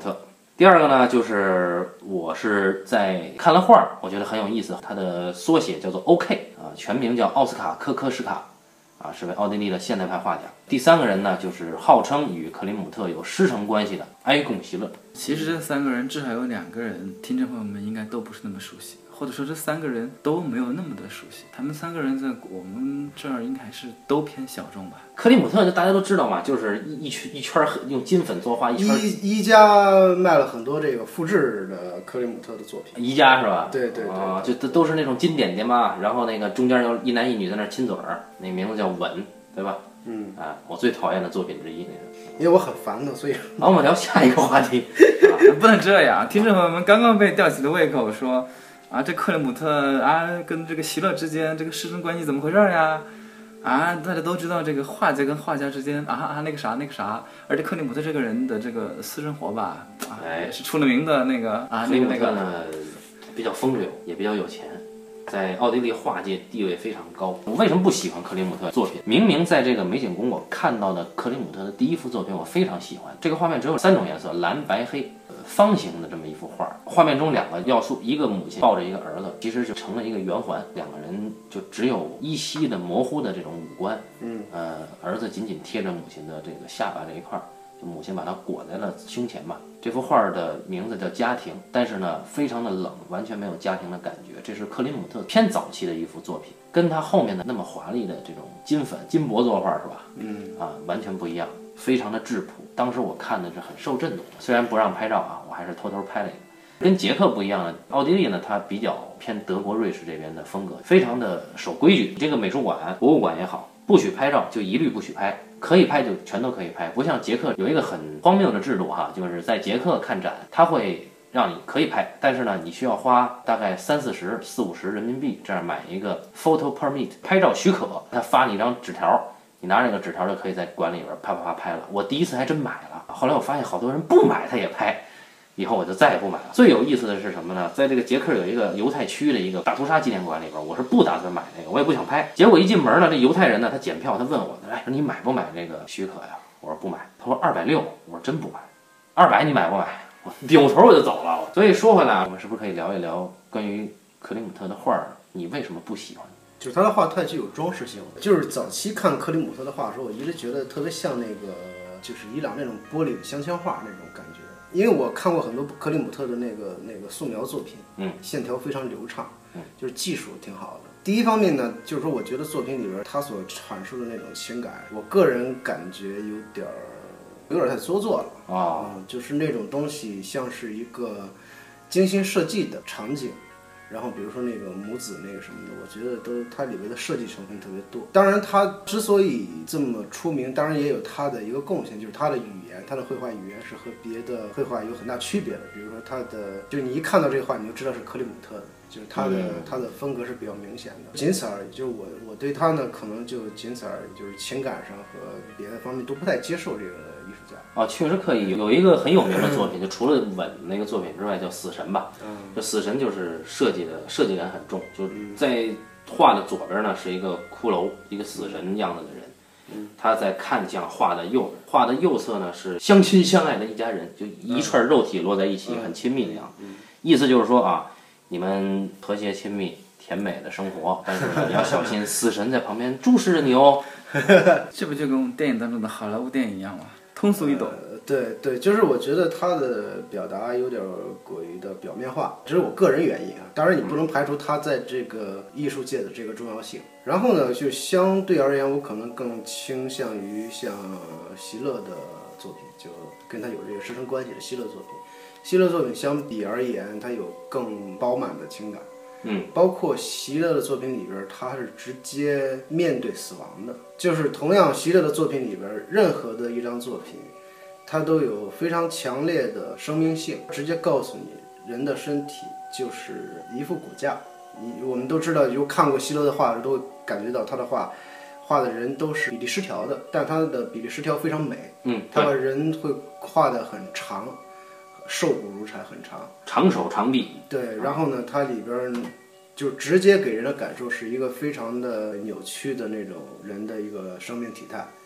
Speaker 1: 第二个呢，就是我是在看了画儿，我觉得很有意思，它的缩写叫做 O K 啊，全名叫奥斯卡·科科什卡，啊，是位奥地利的现代派画家。第三个人呢，就是号称与克林姆特有师承关系的埃贡·席勒。
Speaker 2: 其实这三个人至少有两个人，听众朋友们应该都不是那么熟悉，或者说这三个人都没有那么的熟悉。他们三个人在我们这儿应该是都偏小众吧。
Speaker 1: 克林姆特就大家都知道嘛，就是一一圈一圈用金粉作画，一圈
Speaker 3: 一一家卖了很多这个复制的克林姆特的作品。
Speaker 1: 宜家是吧？
Speaker 3: 对对对，
Speaker 1: 啊，就都都是那种金点点嘛，然后那个中间有一男一女在那亲嘴儿，那名字叫吻，对吧？
Speaker 3: 嗯，
Speaker 1: 啊，我最讨厌的作品之一，那是。
Speaker 3: 因为我很烦的，所以。
Speaker 1: 好，我们聊下一个话题。
Speaker 2: 啊、不能这样，听众朋友们刚刚被吊起了胃口说，啊，这克里姆特啊跟这个席勒之间这个师生关系怎么回事呀？啊，大家都知道这个画家跟画家之间啊啊那个啥那个啥，而且克里姆特这个人的这个私生活吧，啊，
Speaker 1: 哎，
Speaker 2: 是出了名的那个啊那个那个
Speaker 1: 呢，比较风流，也比较有钱。在奥地利画界地位非常高。我为什么不喜欢克林姆特作品？明明在这个美景宫我看到的克林姆特的第一幅作品，我非常喜欢。这个画面只有三种颜色，蓝、白、黑，方形的这么一幅画。画面中两个要素，一个母亲抱着一个儿子，其实就成了一个圆环，两个人就只有依稀的模糊的这种五官。
Speaker 3: 嗯，
Speaker 1: 呃，儿子紧紧贴着母亲的这个下巴这一块，就母亲把它裹在了胸前吧。这幅画的名字叫《家庭》，但是呢，非常的冷，完全没有家庭的感觉。这是克林姆特偏早期的一幅作品，跟他后面的那么华丽的这种金粉金箔作画是吧？
Speaker 3: 嗯，
Speaker 1: 啊，完全不一样，非常的质朴。当时我看的是很受震动的，虽然不让拍照啊，我还是偷偷拍了一个。跟捷克不一样的，奥地利呢，它比较偏德国、瑞士这边的风格，非常的守规矩。这个美术馆、博物馆也好，不许拍照就一律不许拍。可以拍就全都可以拍，不像捷克有一个很荒谬的制度哈，就是在捷克看展，他会让你可以拍，但是呢，你需要花大概三四十、四五十人民币这样买一个 photo permit 拍照许可，他发你一张纸条，你拿那个纸条就可以在馆里边啪啪啪拍了。我第一次还真买了，后来我发现好多人不买他也拍。以后我就再也不买了。最有意思的是什么呢？在这个捷克有一个犹太区的一个大屠杀纪念馆里边，我是不打算买那个，我也不想拍。结果一进门呢，这犹太人呢，他检票，他问我，哎，你买不买这个许可呀？我说不买。他说二百六，我说真不买。二百你买不买？我扭头我就走了。所以说回来，我们是不是可以聊一聊关于克林姆特的画儿？你为什么不喜欢？
Speaker 3: 就是他的画太具有装饰性。就是早期看克林姆特的画的时候，我一直觉得特别像那个，就是伊朗那种玻璃的镶嵌画那种感觉。因为我看过很多克林姆特的那个那个素描作品，
Speaker 1: 嗯，
Speaker 3: 线条非常流畅，
Speaker 1: 嗯，
Speaker 3: 就是技术挺好的。第一方面呢，就是说我觉得作品里边他所阐述的那种情感，我个人感觉有点儿有点太做作了啊、
Speaker 1: 哦
Speaker 3: 嗯，就是那种东西像是一个精心设计的场景。然后比如说那个母子那个什么的，我觉得都它里面的设计成分特别多。当然，它之所以这么出名，当然也有它的一个贡献，就是它的语言，它的绘画语言是和别的绘画有很大区别的。比如说它的，就是你一看到这个画，你就知道是克里姆特的，就是它的、嗯、它的风格是比较明显的。仅此而已，就是我我对它呢，可能就仅此而已，就是情感上和别的方面都不太接受这个艺术家。
Speaker 1: 哦，确实可以。有一个很有名的作品，就除了吻那个作品之外，叫《死神》吧。
Speaker 3: 嗯，
Speaker 1: 这死神就是设计的设计感很重，就是在画的左边呢是一个骷髅，一个死神样子的人。
Speaker 3: 嗯，
Speaker 1: 他在看向画的右边，画的右侧呢是相亲相爱的一家人，就一串肉体摞在一起，很亲密的样子。意思就是说啊，你们和谐亲密、甜美的生活，但是呢你要小心，死神在旁边注视着你哦。
Speaker 2: 这不就跟我们电影当中的好莱坞电影一样吗？通俗易懂。
Speaker 3: 呃、对对，就是我觉得他的表达有点过于的表面化，这是我个人原因啊。当然，你不能排除他在这个艺术界的这个重要性。然后呢，就相对而言，我可能更倾向于像席勒的作品，就跟他有这个师生关系的席勒作品。席勒作品相比而言，它有更饱满的情感。
Speaker 1: 嗯，
Speaker 3: 包括席勒的作品里边，他是直接面对死亡的。就是同样，席勒的作品里边，任何的一张作品，它都有非常强烈的生命性，直接告诉你，人的身体就是一副骨架。你我们都知道，有看过席勒的画，都感觉到他的画画的人都是比例失调的，但他的比例失调非常美。
Speaker 1: 嗯，
Speaker 3: 他把人会画得很长。瘦骨如柴，很长，
Speaker 1: 长手长臂。
Speaker 3: 对，然后呢，它里边就直接给人的感受是一个非常的扭曲的那种人的一个生命体态。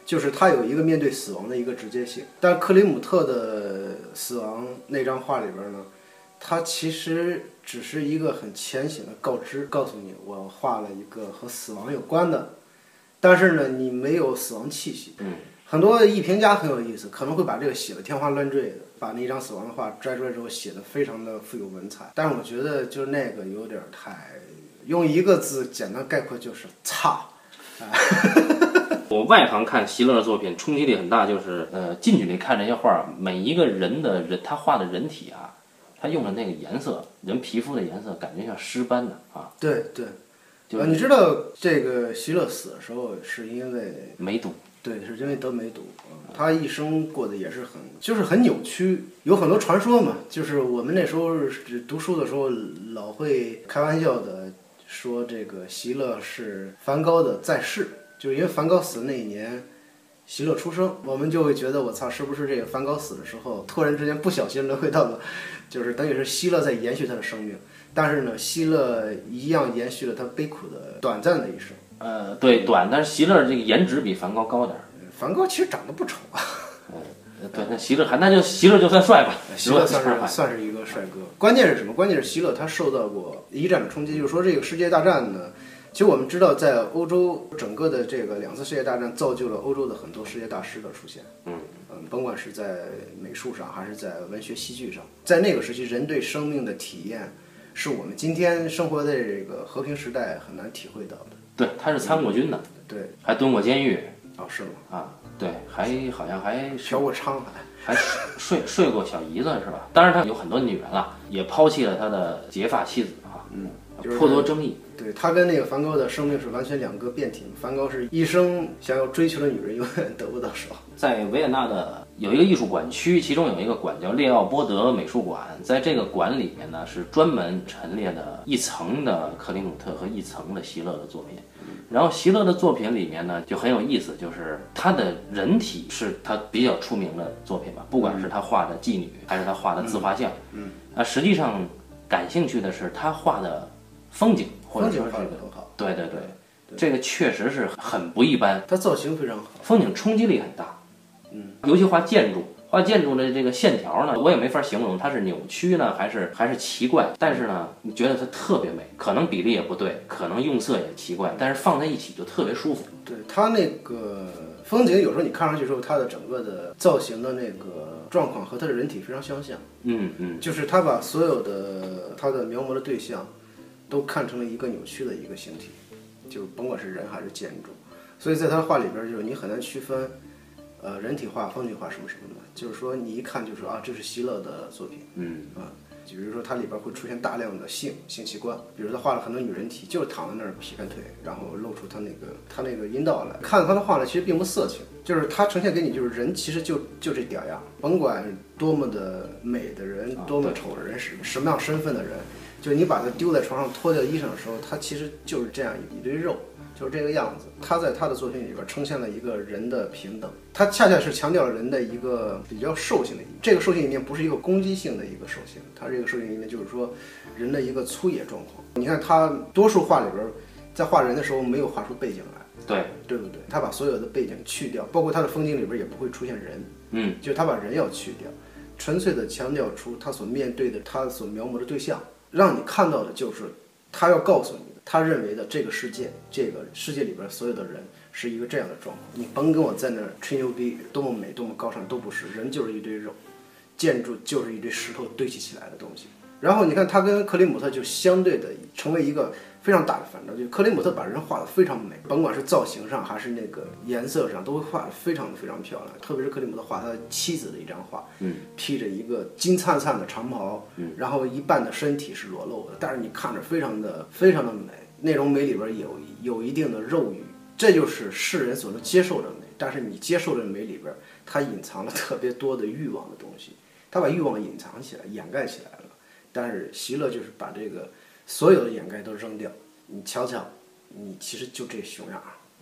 Speaker 3: 就是他有一个面对死亡的一个直接性。但克里姆特的死亡那张画里边呢，他其实只是一个很浅显的告知，告诉你我画了一个和死亡有关的，但是呢，你没有死亡气息。
Speaker 1: 嗯，
Speaker 3: 很多艺评家很有意思，可能会把这个写的天花乱坠的，把那张死亡的画摘出来之后写的非常的富有文采。但是我觉得就是那个有点太，用一个字简单概括就是差。
Speaker 1: 我外行看席勒的作品冲击力很大，就是呃近距离看这些画，每一个人的人他画的人体啊，他用的那个颜色，人皮肤的颜色，感觉像尸般的啊。
Speaker 3: 对对，
Speaker 1: 就是
Speaker 3: 呃，你知道这个席勒死的时候是因为
Speaker 1: 梅毒。
Speaker 3: 对，是因为得梅毒。他一生过得也是很，就是很扭曲，有很多传说嘛。就是我们那时候读书的时候，老会开玩笑的说这个席勒是梵高的在世，就是因为梵高死的那一年，席勒出生，我们就会觉得我操，是不是这个梵高死的时候，突然之间不小心轮回到了，就是等于是希勒在延续他的生命，但是呢，希勒一样延续了他悲苦的短暂的一生。
Speaker 1: 呃，对，短，但是席勒这个颜值比梵高高点儿。
Speaker 3: 梵高其实长得不丑啊。
Speaker 1: 呃，对，那席勒还那就席勒就算帅吧，
Speaker 3: 席勒算是算是一个帅哥。关键是什么？关键是席勒他受到过一战的冲击，就是说这个世界大战呢，其实我们知道，在欧洲整个的这个两次世界大战造就了欧洲的很多世界大师的出现。
Speaker 1: 嗯
Speaker 3: 嗯，甭管是在美术上还是在文学戏剧上，在那个时期，人对生命的体验是我们今天生活在这个和平时代很难体会到的。
Speaker 1: 对，他是参过军的，
Speaker 3: 对，
Speaker 1: 还蹲过监狱。
Speaker 3: 哦，是吗？
Speaker 1: 啊，对，还好像还
Speaker 3: 嫖过娼还。
Speaker 1: 还睡睡过小姨子是吧？当然他有很多女人了，也抛弃了他的结发妻子啊，
Speaker 3: 嗯，就是
Speaker 1: 颇多争议。
Speaker 3: 对，他跟那个梵高的生命是完全两个变体。梵高是一生想要追求的女人永远得不到手。
Speaker 1: 在维也纳的有一个艺术馆区，其中有一个馆叫列奥波德美术馆，在这个馆里面呢是专门陈列的一层的克里姆特和一层的席勒的作品。然后席勒的作品里面呢就很有意思，就是他的人体是他比较出名的作品吧，不管是他画的妓女还是他画的自画像，
Speaker 3: 嗯，
Speaker 1: 啊，实际上感兴趣的是他画的风景，或者说
Speaker 3: 风景画
Speaker 1: 这个
Speaker 3: 得很好。
Speaker 1: 对对对，这个确实是很不一般，
Speaker 3: 他造型非常好，
Speaker 1: 风景冲击力很大，
Speaker 3: 嗯，
Speaker 1: 尤其画建筑。画建筑的这个线条呢，我也没法形容它是扭曲呢，还是还是奇怪。但是呢，你觉得它特别美，可能比例也不对，可能用色也奇怪，但是放在一起就特别舒服。
Speaker 3: 对他那个风景，有时候你看上去之后，他的整个的造型的那个状况和他的人体非常相像。
Speaker 1: 嗯嗯，
Speaker 3: 就是他把所有的他的描摹的对象，都看成了一个扭曲的一个形体，就甭管是人还是建筑。所以在他的画里边，就是你很难区分。呃，人体画、风景画什么什么的，就是说你一看就说啊，这是希勒的作品，
Speaker 1: 嗯
Speaker 3: 啊，就比如说它里边会出现大量的性性器官，比如他画了很多女人体，就是躺在那儿劈开腿，然后露出他那个他那个阴道来。看他的画呢，其实并不色情，就是他呈现给你就是人其实就就这点样，甭管多么的美的人，多么丑的人，什什么样身份的人，就是你把他丢在床上脱掉衣裳的时候，他其实就是这样一堆肉。就是这个样子，他在他的作品里边呈现了一个人的平等，他恰恰是强调了人的一个比较兽性的一面。这个兽性一面不是一个攻击性的一个兽性，他这个兽性一面就是说人的一个粗野状况。你看他多数画里边，在画人的时候没有画出背景来，
Speaker 1: 对
Speaker 3: 对不对？他把所有的背景去掉，包括他的风景里边也不会出现人，
Speaker 1: 嗯，
Speaker 3: 就是他把人要去掉，纯粹的强调出他所面对的他所描摹的对象，让你看到的就是他要告诉你。他认为的这个世界，这个世界里边所有的人是一个这样的状况。你甭跟我在那儿吹牛逼，多么美，多么高尚，都不是。人就是一堆肉，建筑就是一堆石头堆砌起来的东西。然后你看他跟克里姆特就相对的成为一个非常大的反照，就克里姆特把人画得非常美，甭管是造型上还是那个颜色上，都会画得非常的非常漂亮。特别是克里姆特画他妻子的一张画，
Speaker 1: 嗯，
Speaker 3: 披着一个金灿灿的长袍，
Speaker 1: 嗯，
Speaker 3: 然后一半的身体是裸露的，但是你看着非常的非常的美，那种美里边有有一定的肉欲，这就是世人所能接受的美。但是你接受的美里边，它隐藏了特别多的欲望的东西，它把欲望隐藏起来、掩盖起来了。但是席勒就是把这个所有的掩盖都扔掉，你瞧瞧，你其实就这熊样，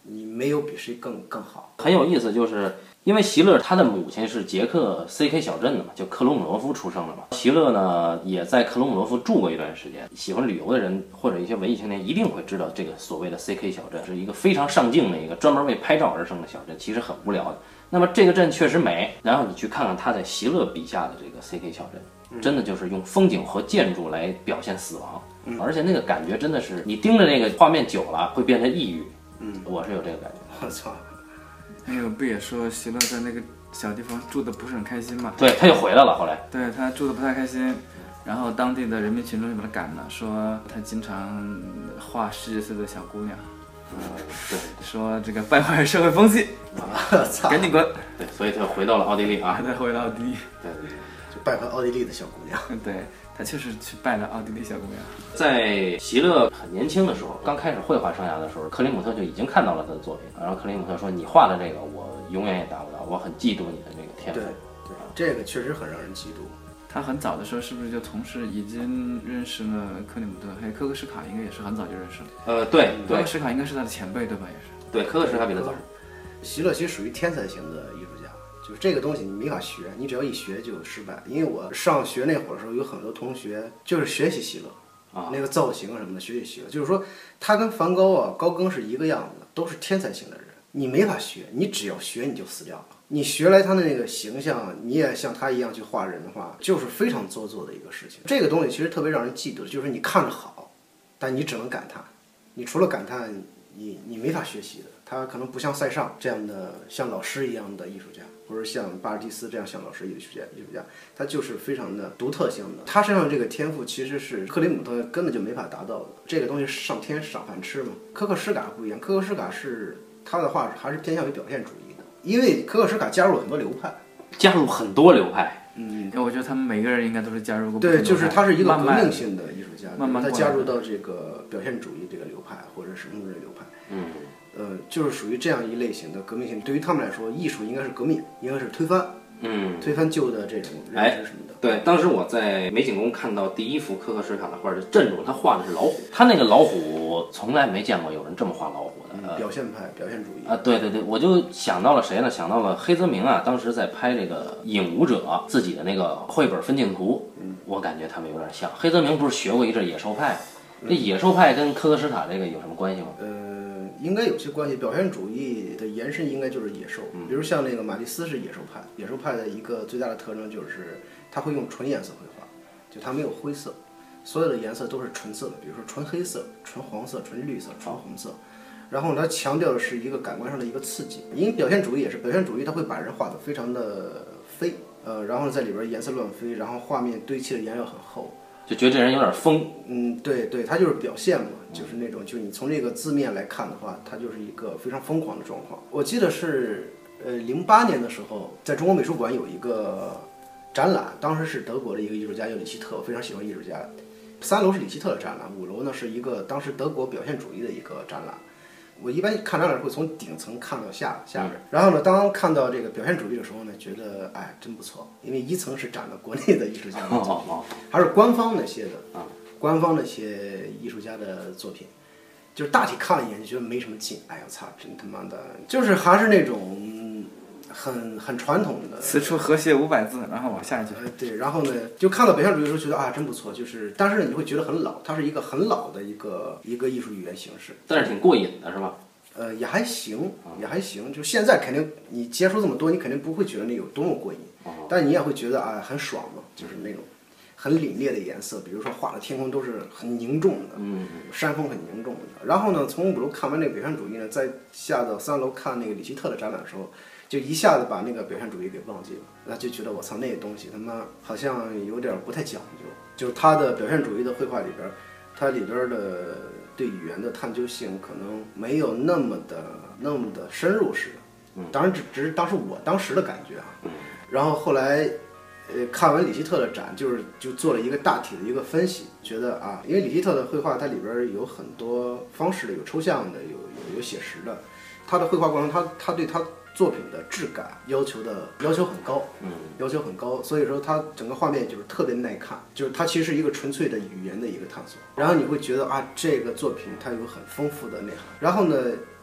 Speaker 3: 你没有比谁更更好。
Speaker 1: 很有意思，就是因为席勒他的母亲是捷克 C K 小镇的嘛，就克鲁姆罗夫出生的嘛。席勒呢也在克鲁姆罗夫住过一段时间。喜欢旅游的人或者一些文艺青年一定会知道，这个所谓的 C K 小镇是一个非常上镜的一个专门为拍照而生的小镇，其实很无聊的。那么这个镇确实美，然后你去看看他在席勒笔下的这个 C K 小镇，真的就是用风景和建筑来表现死亡，而且那个感觉真的是你盯着那个画面久了会变成抑郁。嗯，我是有这个感觉。
Speaker 3: 我操！
Speaker 2: 那个不也说席勒在那个小地方住的不是很开心嘛？
Speaker 1: 对，他又回来了，后来
Speaker 2: 对他住的不太开心，然后当地的人民群众就把他赶了，说他经常画十几岁的小姑娘，
Speaker 1: 嗯，对，
Speaker 2: 说这个败坏社会风气，
Speaker 3: 我操！
Speaker 2: 赶紧滚！
Speaker 1: 对，所以他又回到了奥地利啊，
Speaker 2: 再回到奥地利，
Speaker 1: 对对对，
Speaker 3: 就拜回奥地利的小姑娘。
Speaker 2: 对他确实去拜了奥地利小姑娘。
Speaker 1: 在席勒很年轻的时候，刚开始绘画生涯的时候，克林姆特就已经看到了他的作品，然后克林姆特说：“你画的这个，我永远也达不到，我很嫉妒你的这个天赋。”
Speaker 3: 对对，这个确实很让人嫉妒。
Speaker 2: 他很早的时候是不是就同时已经认识了克里姆特，还有科克什卡，应该也是很早就认识了。
Speaker 1: 呃，对对
Speaker 2: 科克，什卡应该是他的前辈对吧？也是。
Speaker 1: 对，科克什卡比他早。
Speaker 3: 席勒其实属于天才型的艺术家，就是这个东西你没法学，你只要一学就失败。因为我上学那会儿的时候，有很多同学就是学习席勒，啊，那个造型什么的学习席勒，就是说他跟梵高啊、高更是一个样子的，都是天才型的人。你没法学，你只要学你就死掉了。你学来他的那个形象，你也像他一样去画人的话，就是非常做作的一个事情。这个东西其实特别让人嫉妒，就是你看着好，但你只能感叹，你除了感叹，你你没法学习的。他可能不像塞尚这样的像老师一样的艺术家，或者像巴尔蒂斯这样像老师艺术家，艺术家他就是非常的独特性的。他身上这个天赋其实是克里姆特根本就没法达到的，这个东西上天赏饭吃嘛。科克什卡不一样，科克什卡是他的画还是偏向于表现主义的，因为科克什卡加入了很多流派，
Speaker 1: 加入很多流派。
Speaker 2: 嗯，我觉得他们每个人应该都是加入过。
Speaker 3: 对，就是他是一个革
Speaker 2: 慢慢
Speaker 3: 命性的艺术家，
Speaker 2: 慢慢
Speaker 3: 他加入到这个表现主义这个流派，或者是牧人流派。
Speaker 1: 嗯。
Speaker 3: 呃，就是属于这样一类型的革命性。对于他们来说，艺术应该是革命，应该是推翻，
Speaker 1: 嗯，
Speaker 3: 推翻旧的这种认知什么的。
Speaker 1: 对，当时我在美景宫看到第一幅科克什卡的画，就镇住了。他画的是老虎，他那个老虎从来没见过有人这么画老虎的。
Speaker 3: 嗯、表现派，表现主义
Speaker 1: 啊，对对对，我就想到了谁呢？想到了黑泽明啊，当时在拍这个《影舞者》自己的那个绘本分镜图，嗯，我感觉他们有点像。黑泽明不是学过一阵野兽派，这野兽派跟科克什卡这个有什么关系吗？
Speaker 3: 呃。应该有些关系，表现主义的延伸应该就是野兽，比如像那个马蒂斯是野兽派，野兽派的一个最大的特征就是他会用纯颜色绘画，就他没有灰色，所有的颜色都是纯色的，比如说纯黑色、纯黄色、纯绿色、纯红色，然后他强调的是一个感官上的一个刺激，因为表现主义也是表现主义，他会把人画得非常的飞，呃，然后在里边颜色乱飞，然后画面堆砌的颜料很厚。
Speaker 1: 就觉得这人有点疯，
Speaker 3: 嗯，对对，他就是表现嘛，就是那种，就是你从这个字面来看的话，他就是一个非常疯狂的状况。我记得是，呃，零八年的时候，在中国美术馆有一个展览，当时是德国的一个艺术家叫里希特，我非常喜欢艺术家。三楼是里希特的展览，五楼呢是一个当时德国表现主义的一个展览。我一般看展览会从顶层看到下下边，然后呢，当看到这个表现主义的时候呢，觉得哎真不错，因为一层是展的国内的艺术家的作品，还是官方那些的啊，官方那些艺术家的作品，就是大体看了一眼就觉得没什么劲，哎呀操，真他妈的，就是还是那种很很传统的，
Speaker 2: 此处和谐五百字，然后往下一句。
Speaker 3: 呃，对，然后呢，就看到表现主义的时候觉得啊真不错，就是但是你会觉得很老，它是一个很老的一个一个艺术语言形式，
Speaker 1: 但是挺过瘾的是吧？
Speaker 3: 呃，也还行，也还行。就现在肯定你接触这么多，你肯定不会觉得那有多么过瘾，但你也会觉得啊很爽嘛，就是那种很凛冽的颜色，比如说画的天空都是很凝重的，
Speaker 1: 嗯，
Speaker 3: 山峰很凝重的。然后呢，从五楼看完那个表现主义呢，再下到三楼看那个里希特的展览的时候，就一下子把那个表现主义给忘记了，那就觉得我操，那个东西他妈好像有点不太讲究。就是他的表现主义的绘画里边，它里边的对语言的探究性可能没有那么的那么的深入似的。当然只只是当时我当时的感觉啊。然后后来，呃，看完里希特的展，就是就做了一个大体的一个分析，觉得啊，因为里希特的绘画它里边有很多方式的，有抽象的，有有有写实的，他的绘画过程，他他对他作品的质感要求的要求很高，嗯，要求很高，所以说它整个画面就是特别耐看，就是它其实是一个纯粹的语言的一个探索。然后你会觉得啊，这个作品它有很丰富的内涵。然后呢，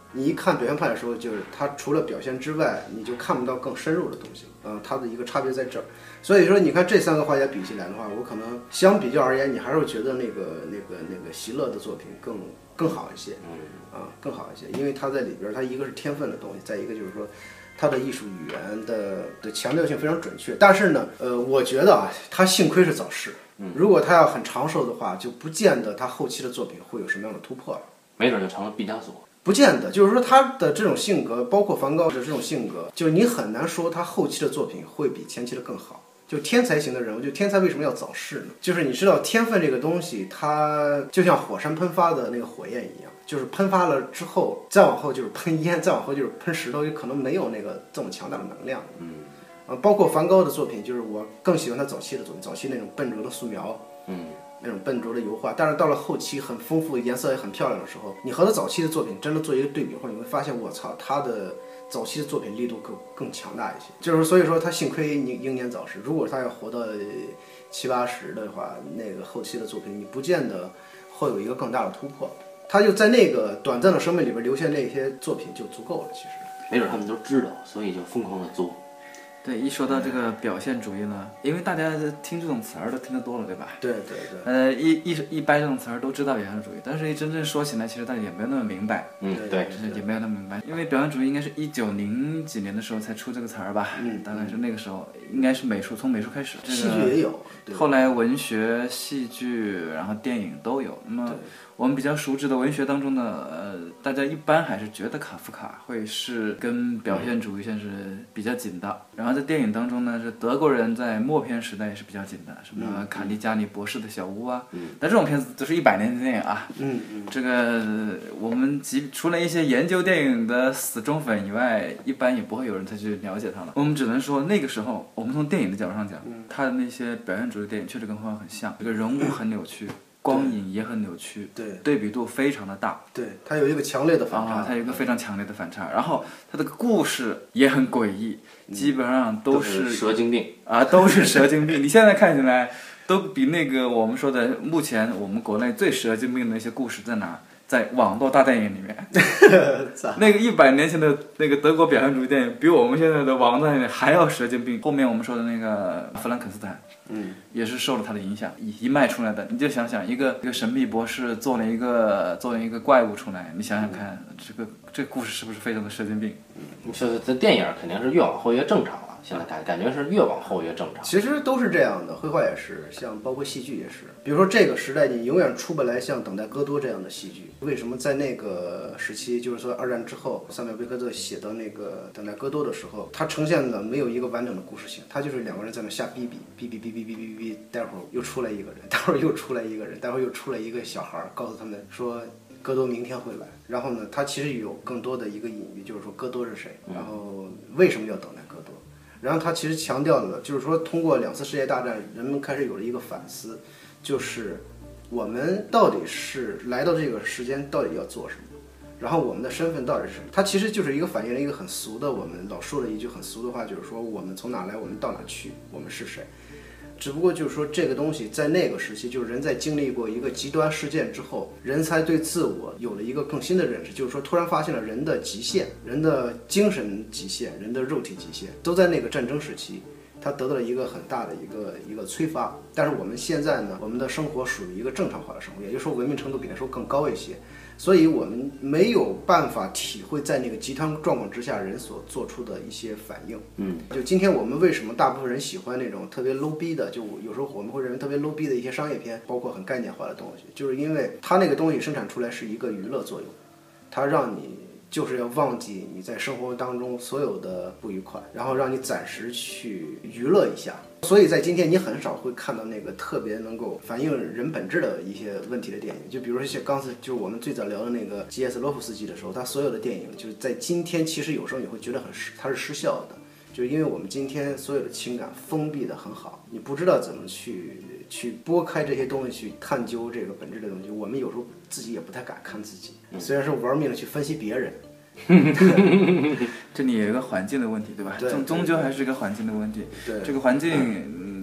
Speaker 3: 你一看表现派的时候，就是他除了表现之外，你就看不到更深入的东西。嗯、呃，他的一个差别在这儿。所以说，你看这三个画家比起来的话，我可能相比较而言，你还是会觉得那个那个那个席勒的作品更更好一些。嗯，啊，更好一些，因为他在里边，他一个是天分的东西，再一个就是说。他的艺术语言的的强调性非常准确，但是呢，呃，我觉得啊，他幸亏是早逝。如果他要很长寿的话，就不见得他后期的作品会有什么样的突破了。
Speaker 1: 没准就成了毕加索。
Speaker 3: 不见得，就是说他的这种性格，包括梵高的这种性格，就是你很难说他后期的作品会比前期的更好。就天才型的人物，就天才为什么要早逝呢？就是你知道天分这个东西，它就像火山喷发的那个火焰一样。就是喷发了之后，再往后就是喷烟，再往后就是喷石头，有可能没有那个这么强大的能量。嗯，啊，包括梵高的作品，就是我更喜欢他早期的作品，早期那种笨拙的素描，嗯，那种笨拙的油画。但是到了后期很丰富，颜色也很漂亮的时候，你和他早期的作品真的做一个对比后，你会发现，我操，他的早期的作品力度更更强大一些。就是所以说他幸亏英英年早逝，如果他要活到七八十的话，那个后期的作品你不见得会有一个更大的突破。他就在那个短暂的生命里边留下那些作品就足够了，其实
Speaker 1: 没准他们都知道，所以就疯狂的做。
Speaker 2: 对，一说到这个表现主义呢，因为大家听这种词儿都听得多了，对吧？
Speaker 3: 对对对。
Speaker 2: 呃，一一一掰这种词儿都知道表现主义，但是一真正说起来，其实大家也没有那么明白。
Speaker 1: 嗯，对，
Speaker 2: 也没有那么明白。因为表现主义应该是一九零几年的时候才出这个词儿吧？嗯，大概是那个时候，应该是美术，从美术开始。
Speaker 3: 戏剧也有。
Speaker 2: 对。后来文学、戏剧，然后电影都有。那么我们比较熟知的文学当中呢，呃，大家一般还是觉得卡夫卡会是跟表现主义线是比较紧的。然后在电影当中呢，是德国人在默片时代也是比较紧的，什么卡尼加尼博士的小屋啊，嗯，但这种片子都是一百年的电影啊，
Speaker 3: 嗯嗯，
Speaker 2: 这个我们即除了一些研究电影的死忠粉以外，一般也不会有人再去了解它了。我们只能说那个时候，我们从电影的角度上讲，他的那些表现主义电影确实跟画很像，这个人物很扭曲。光影也很扭曲，
Speaker 3: 对，
Speaker 2: 对比度非常的大，
Speaker 3: 对，它有一个强烈的反差，
Speaker 2: 啊，它有一个非常强烈的反差，然后它的故事也很诡异，嗯、基本上都是
Speaker 1: 蛇精病
Speaker 2: 啊，都是蛇精病。你现在看起来都比那个我们说的目前我们国内最蛇精病的那些故事在哪儿？在网络大电影里面，那个一百年前的那个德国表现主义电影，比我们现在的网络大电影还要蛇精病。后面我们说的那个弗兰肯斯坦，嗯，也是受了他的影响一脉出来的。你就想想，一个一个神秘博士做了一个做了一个怪物出来，你想想看，嗯、这个这个故事是不是非常的蛇精病？
Speaker 1: 嗯，你说这电影肯定是越往后越正常了。现在感感觉是越往后越正常，
Speaker 3: 其实都是这样的，绘画也是，像包括戏剧也是。比如说这个时代，你永远出不来像《等待戈多》这样的戏剧。为什么在那个时期，就是说二战之后，萨缪尔贝克特写到那个《等待戈多》的时候，他呈现的没有一个完整的故事性，他就是两个人在那瞎逼逼逼逼逼逼逼逼逼，待会儿又出来一个人，待会儿又出来一个人，待会儿又出来一个小孩，告诉他们说戈多明天会来。然后呢，他其实有更多的一个隐喻，就是说戈多是谁，然后为什么要等待戈多。然后他其实强调了，就是说通过两次世界大战，人们开始有了一个反思，就是我们到底是来到这个时间到底要做什么，然后我们的身份到底是什么？它其实就是一个反映了一个很俗的，我们老说的一句很俗的话，就是说我们从哪来，我们到哪去，我们是谁。只不过就是说这个东西在那个时期，就是人在经历过一个极端事件之后，人才对自我有了一个更新的认识，就是说突然发现了人的极限，人的精神极限，人的肉体极限，都在那个战争时期，它得到了一个很大的一个一个催发。但是我们现在呢，我们的生活属于一个正常化的生活，也就是说文明程度比那时候更高一些。所以我们没有办法体会在那个极端状况之下人所做出的一些反应。嗯，就今天我们为什么大部分人喜欢那种特别 low 逼的，就有时候我们会认为特别 low 逼的一些商业片，包括很概念化的东西，就是因为它那个东西生产出来是一个娱乐作用，它让你就是要忘记你在生活当中所有的不愉快，然后让你暂时去娱乐一下。所以在今天你很少会看到那个特别能够反映人本质的一些问题的电影，就比如说像刚才就是我们最早聊的那个吉耶斯洛夫斯基的时候，他所有的电影就是在今天其实有时候你会觉得很失，它是失效的，就是因为我们今天所有的情感封闭的很好，你不知道怎么去去拨开这些东西去探究这个本质的东西，我们有时候自己也不太敢看自己，虽然是玩命的去分析别人。这
Speaker 2: 里有一个环境的问题，对吧？
Speaker 3: 对，
Speaker 2: 终终究还是一个环境的问题。
Speaker 3: 对，
Speaker 2: 这个环境，嗯，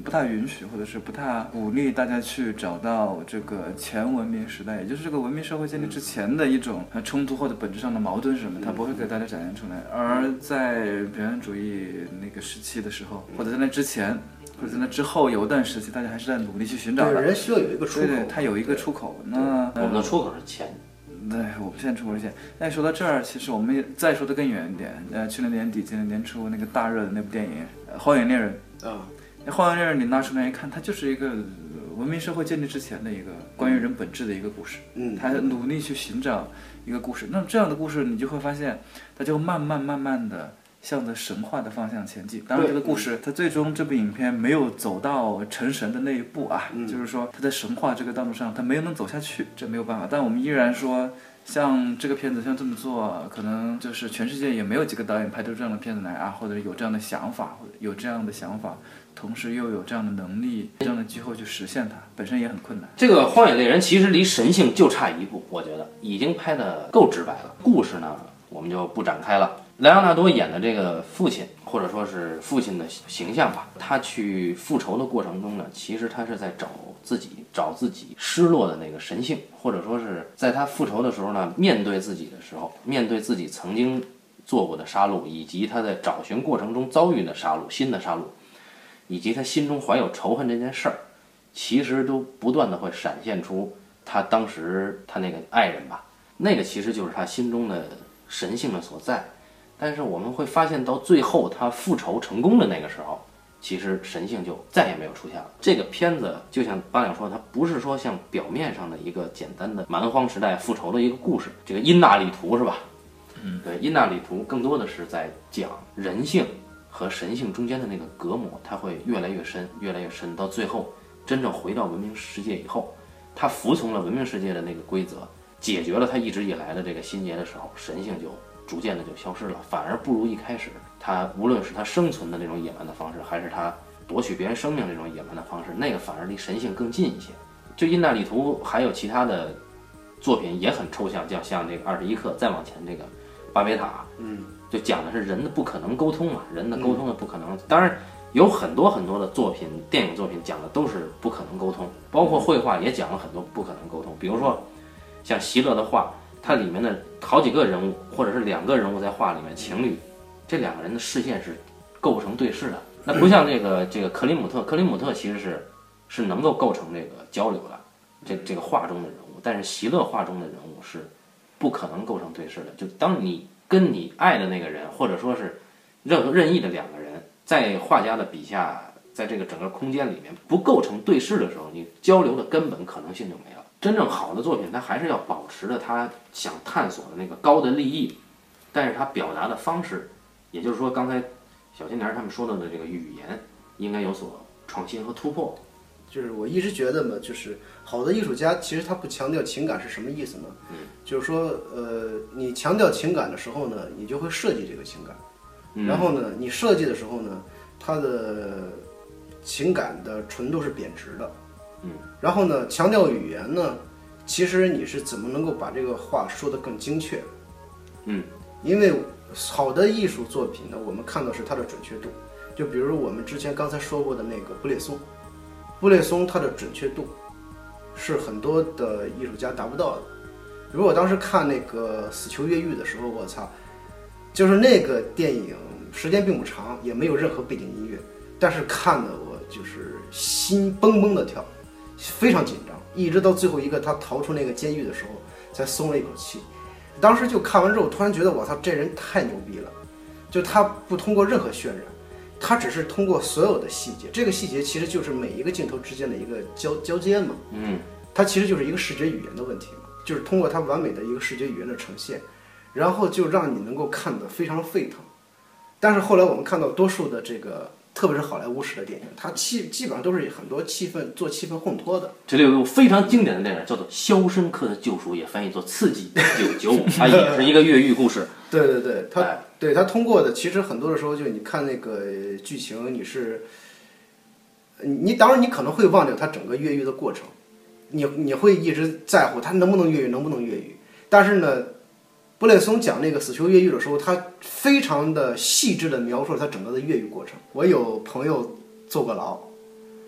Speaker 2: 不太允许，或者是不太鼓励大家去找到这个前文明时代，也就是这个文明社会建立之前的一种冲突或者本质上的矛盾什么，它不会给大家展现出来。而在表现主义那个时期的时候，或者在那之前，或者在那之后有一段时期，大家还是在努力去寻找的。
Speaker 3: 对，人需要有一个出口。
Speaker 2: 对对，它有一个出口。那
Speaker 1: 我们的出口是钱。
Speaker 2: 对，我们现在出国线。那说到这儿，其实我们再说的更远一点。呃，去年年底、今年年初那个大热的那部电影《荒野猎人》
Speaker 3: 啊，
Speaker 2: 那《荒野猎人》你拿出来一看，它就是一个文明社会建立之前的一个关于人本质的一个故事。
Speaker 3: 嗯，
Speaker 2: 他努力去寻找一个故事。那这样的故事，你就会发现，它就慢慢慢慢的向着神话的方向前进。当然，这个故事它最终这部影片没有走到成神的那一步啊，
Speaker 3: 嗯、
Speaker 2: 就是说它在神话这个道路上它没有能走下去，这没有办法。但我们依然说，像这个片子像这么做，可能就是全世界也没有几个导演拍出这样的片子来啊，或者有这样的想法，或者有这样的想法，同时又有这样的能力、这样的机会去实现它，本身也很困难。
Speaker 1: 这个《荒野猎人》其实离神性就差一步，我觉得已经拍得够直白了。故事呢，我们就不展开了。莱昂纳多演的这个父亲，或者说是父亲的形象吧，他去复仇的过程中呢，其实他是在找自己，找自己失落的那个神性，或者说是在他复仇的时候呢，面对自己的时候，面对自己曾经做过的杀戮，以及他在找寻过程中遭遇的杀戮，新的杀戮，以及他心中怀有仇恨这件事儿，其实都不断的会闪现出他当时他那个爱人吧，那个其实就是他心中的神性的所在。但是我们会发现，到最后他复仇成功的那个时候，其实神性就再也没有出现了。这个片子就像八两说，它不是说像表面上的一个简单的蛮荒时代复仇的一个故事。这个因纳里图是吧？嗯，对，因纳里图更多的是在讲人性和神性中间的那个隔膜，它会越来越深，越来越深，到最后真正回到文明世界以后，他服从了文明世界的那个规则，解决了他一直以来的这个心结的时候，神性就逐渐的就消失了，反而不如一开始他无论是他生存的那种野蛮的方式，还是他夺取别人生命这种野蛮的方式，那个反而离神性更近一些。就因纳里图还有其他的作品也很抽象，像像这个二十一课再往前这个巴别塔，
Speaker 3: 嗯，
Speaker 1: 就讲的是人的不可能沟通嘛，人的沟通的不可能。当然有很多很多的作品，电影作品讲的都是不可能沟通，包括绘画也讲了很多不可能沟通。比如说像席勒的画，它里面的好几个人物，或者是两个人物在画里面，情侣，这两个人的视线是构成对视的。那不像这个这个克林姆特，克林姆特其实是是能够构成这个交流的，这这个画中的人物，但是席勒画中的人物是不可能构成对视的。就当你跟你爱的那个人，或者说是任何任意的两个人，在画家的笔下，在这个整个空间里面不构成对视的时候，你交流的根本可能性就没了。真正好的作品，它还是要保持着他想探索的那个高的立意，但是他表达的方式，也就是说刚才小青年他们说到的这个语言，应该有所创新和突破。
Speaker 3: 就是我一直觉得嘛，就是好的艺术家其实他不强调情感是什么意思呢？嗯，就是说，呃，你强调情感的时候呢，你就会设计这个情感，嗯、然后呢，你设计的时候呢，它的情感的纯度是贬值的。
Speaker 1: 嗯，
Speaker 3: 然后呢，强调语言呢，其实你是怎么能够把这个话说得更精确？
Speaker 1: 嗯，
Speaker 3: 因为好的艺术作品呢，我们看到是它的准确度。就比如我们之前刚才说过的那个布列松，布列松它的准确度是很多的艺术家达不到的。比如我当时看那个《死囚越狱》的时候，我操，就是那个电影时间并不长，也没有任何背景音乐，但是看的我就是心蹦蹦的跳。非常紧张，一直到最后一个他逃出那个监狱的时候才松了一口气。当时就看完之后突然觉得我操，这人太牛逼了。就他不通过任何渲染，他只是通过所有的细节，这个细节其实就是每一个镜头之间的一个交交接嘛。
Speaker 1: 嗯，
Speaker 3: 它其实就是一个视觉语言的问题嘛，就是通过它完美的一个视觉语言的呈现，然后就让你能够看得非常沸腾。但是后来我们看到多数的这个特别是好莱坞式的电影，它气基本上都是很多气氛做气氛烘托的。
Speaker 1: 这里有一部非常经典的电影叫做《肖申克的救赎》，也翻译作《刺激一九九五》，它也是一个越狱故事。
Speaker 3: 对对对，它、
Speaker 1: 哎、
Speaker 3: 对它通过的其实很多的时候，就你看那个剧情，你是你当然你可能会忘掉它整个越狱的过程，你你会一直在乎它能不能越狱，能不能越狱。但是呢，布列松讲那个死囚越狱的时候，他非常的细致的描述了他整个的越狱过程。我有朋友坐过牢，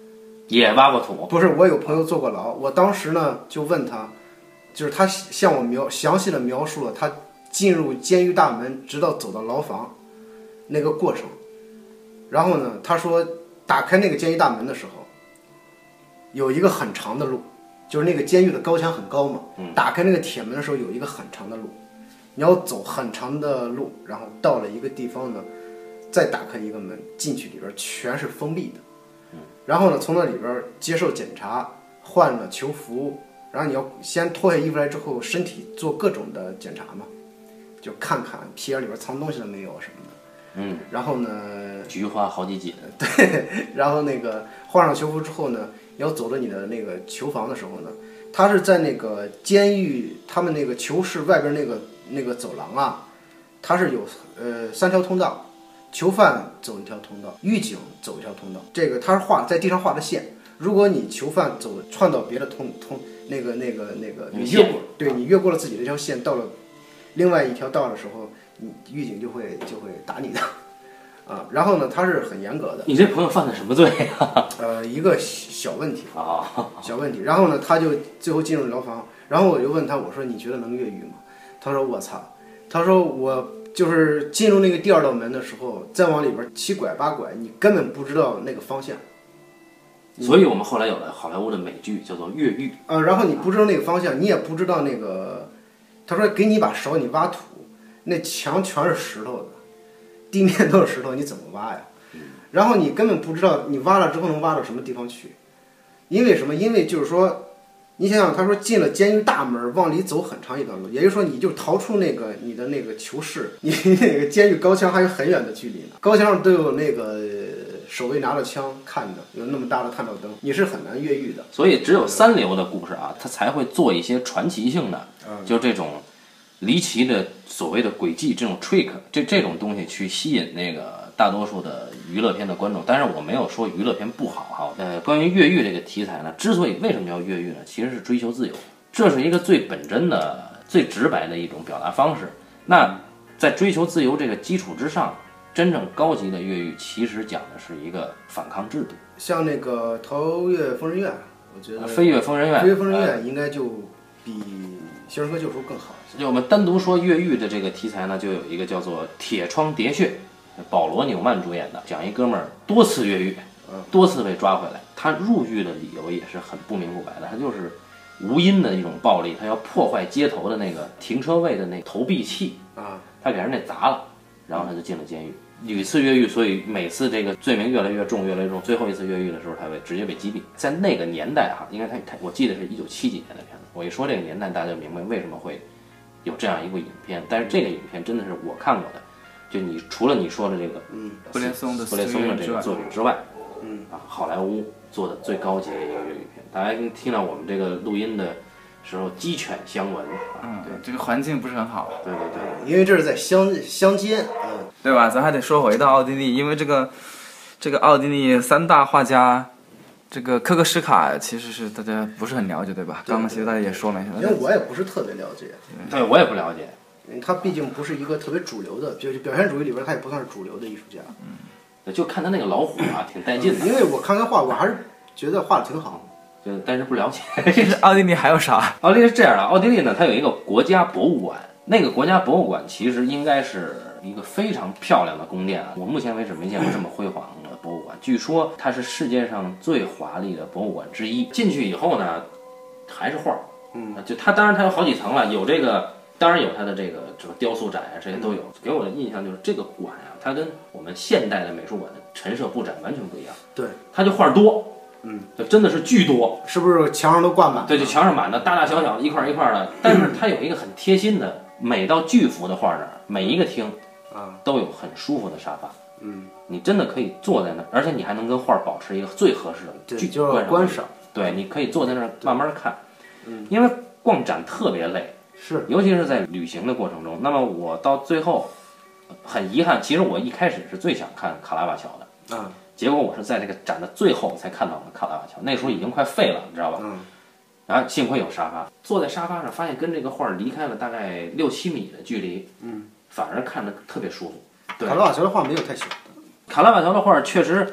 Speaker 1: 也挖过土。
Speaker 3: 不是，我有朋友坐过牢，我当时呢就问他，就是他向我描详细的描述了他进入监狱大门，直到走到牢房那个过程。然后呢，他说打开那个监狱大门的时候，有一个很长的路，就是那个监狱的高墙很高嘛，打开那个铁门的时候有一个很长的路，你要走很长的路，然后到了一个地方呢，再打开一个门，进去里边全是封闭的。然后呢，从那里边接受检查，换了囚服，然后你要先脱下衣服来之后，身体做各种的检查嘛，就看看皮眼里边藏东西了没有什么的。
Speaker 1: 嗯，
Speaker 3: 然后呢，
Speaker 1: 菊花好几斤。
Speaker 3: 对，然后那个换上囚服之后呢，你要走到你的那个囚房的时候呢，他是在那个监狱他们那个囚室外边那个那个走廊啊，它是有呃三条通道。囚犯走一条通道，狱警走一条通道，这个他是画在地上画的线。如果你囚犯走窜到别的通通那个那个那个你越过，对你越过了自己的一条线，到了另外一条道的时候，你狱警就会就会打你的啊。然后呢，他是很严格的。
Speaker 1: 你这朋友犯的什么罪呀？
Speaker 3: 呃，一个小问题
Speaker 1: 啊，
Speaker 3: 小问题。然后呢，他就最后进入牢房，然后我就问他，我说你觉得能越狱吗？他说我操，他说我。就是进入那个第二道门的时候，再往里边七拐八拐，你根本不知道那个方向。
Speaker 1: 所以我们后来有了好莱坞的美剧叫做《越狱》。
Speaker 3: 呃，然后你不知道那个方向，你也不知道那个。他说给你一把勺，你挖土，那墙全是石头的，地面都是石头，你怎么挖呀？然后你根本不知道你挖了之后能挖到什么地方去，因为什么？因为就是说。你想想，他说进了监狱大门，往里走很长一段路，也就是说，你就逃出那个你的那个囚室，你那个监狱高墙还有很远的距离呢。高墙上都有那个守卫拿着枪看着，有那么大的探照灯，你是很难越狱的。
Speaker 1: 所以只有三流的故事啊，他才会做一些传奇性的，嗯、就这种离奇的所谓的轨迹，这种 trick， 这这种东西去吸引那个大多数的娱乐片的观众。但是我没有说娱乐片不好哈。呃，关于越狱这个题材呢，之所以为什么要越狱呢？其实是追求自由，这是一个最本真的、最直白的一种表达方式。那在追求自由这个基础之上，真正高级的越狱其实讲的是一个反抗制度。
Speaker 3: 像那个《逃越疯人院》，我觉得《
Speaker 1: 飞越疯人院》，
Speaker 3: 《飞越疯人院》应该就比《肖申克救赎》更好。
Speaker 1: 就我们单独说越狱的这个题材呢，就有一个叫做《铁窗喋血》，保罗·纽曼主演的，讲一哥们儿多次越狱，多次被抓回来。他入狱的理由也是很不明不白的，他就是无因的一种暴力，他要破坏街头的那个停车位的那投币器啊，他给人那砸了，然后他就进了监狱。屡次越狱，所以每次这个罪名越来越重，越来越重。最后一次越狱的时候，他被直接被击毙。在那个年代哈，应该他他我记得是一九七几年的片子。我一说这个年代，大家就明白为什么会有这样一部影片。但是这个影片真的是我看过的，就你除了你说的这个
Speaker 3: 嗯
Speaker 2: 布列松的
Speaker 1: 布列松的这个作品之外，
Speaker 3: 嗯
Speaker 1: 啊，好莱坞做的最高级的一个越狱片。大家听到我们这个录音的时候鸡犬相闻，
Speaker 2: 嗯，对，这个环境不是很好，
Speaker 1: 对对对，
Speaker 3: 因为这是在乡乡间，嗯，
Speaker 2: 对吧？咱还得说回到奥地利，因为这个这个奥地利三大画家，这个科克什卡其实是大家不是很了解，对吧？
Speaker 3: 对
Speaker 2: 刚刚其实大家也说了一下，
Speaker 3: 因为我也不是特别了解，
Speaker 1: 对我也不了解，
Speaker 3: 因为他毕竟不是一个特别主流的，就表现主义里边他也不算是主流的艺术家，
Speaker 1: 嗯，就看他那个老虎啊，挺带劲的，
Speaker 3: 因为我看他画，我还是觉得画的挺好。
Speaker 1: 就但是不了解。
Speaker 2: 其实奥地利还有啥？
Speaker 1: 奥地利是这样的，奥地利呢，它有一个国家博物馆，那个国家博物馆其实应该是一个非常漂亮的宫殿啊。我目前为止没见过这么辉煌的博物馆，据说它是世界上最华丽的博物馆之一。进去以后呢，还是画，嗯，就它当然它有好几层了，有这个。当然有它的这个什么雕塑展啊，这些都有。给我的印象就是这个馆啊，它跟我们现代的美术馆的陈设布展完全不一样。
Speaker 3: 对，
Speaker 1: 它就画多，
Speaker 3: 嗯，
Speaker 1: 就真的是巨多，
Speaker 3: 是不是墙上都挂满？
Speaker 1: 对，就墙上满的，大大小小一块一块的。但是它有一个很贴心的，美到巨幅的画那儿，每一个厅啊都有很舒服的沙发。
Speaker 3: 嗯，
Speaker 1: 你真的可以坐在那儿，而且你还能跟画保持一个最合适的
Speaker 3: 对，就是观赏。
Speaker 1: 对，你可以坐在那儿慢慢看，嗯，因为逛展特别累。
Speaker 3: 是，
Speaker 1: 尤其是在旅行的过程中。那么我到最后很遗憾，其实我一开始是最想看卡拉瓦乔的，
Speaker 3: 啊，
Speaker 1: 结果我是在这个展的最后才看到了卡拉瓦乔，那时候已经快废了，你知道吧？
Speaker 3: 嗯。
Speaker 1: 然后幸亏有沙发，坐在沙发上，发现跟这个画离开了大概六七米的距离，
Speaker 3: 嗯，
Speaker 1: 反而看着特别舒服。对，
Speaker 3: 卡拉瓦乔的画没有太小的，
Speaker 1: 卡拉瓦乔的画确实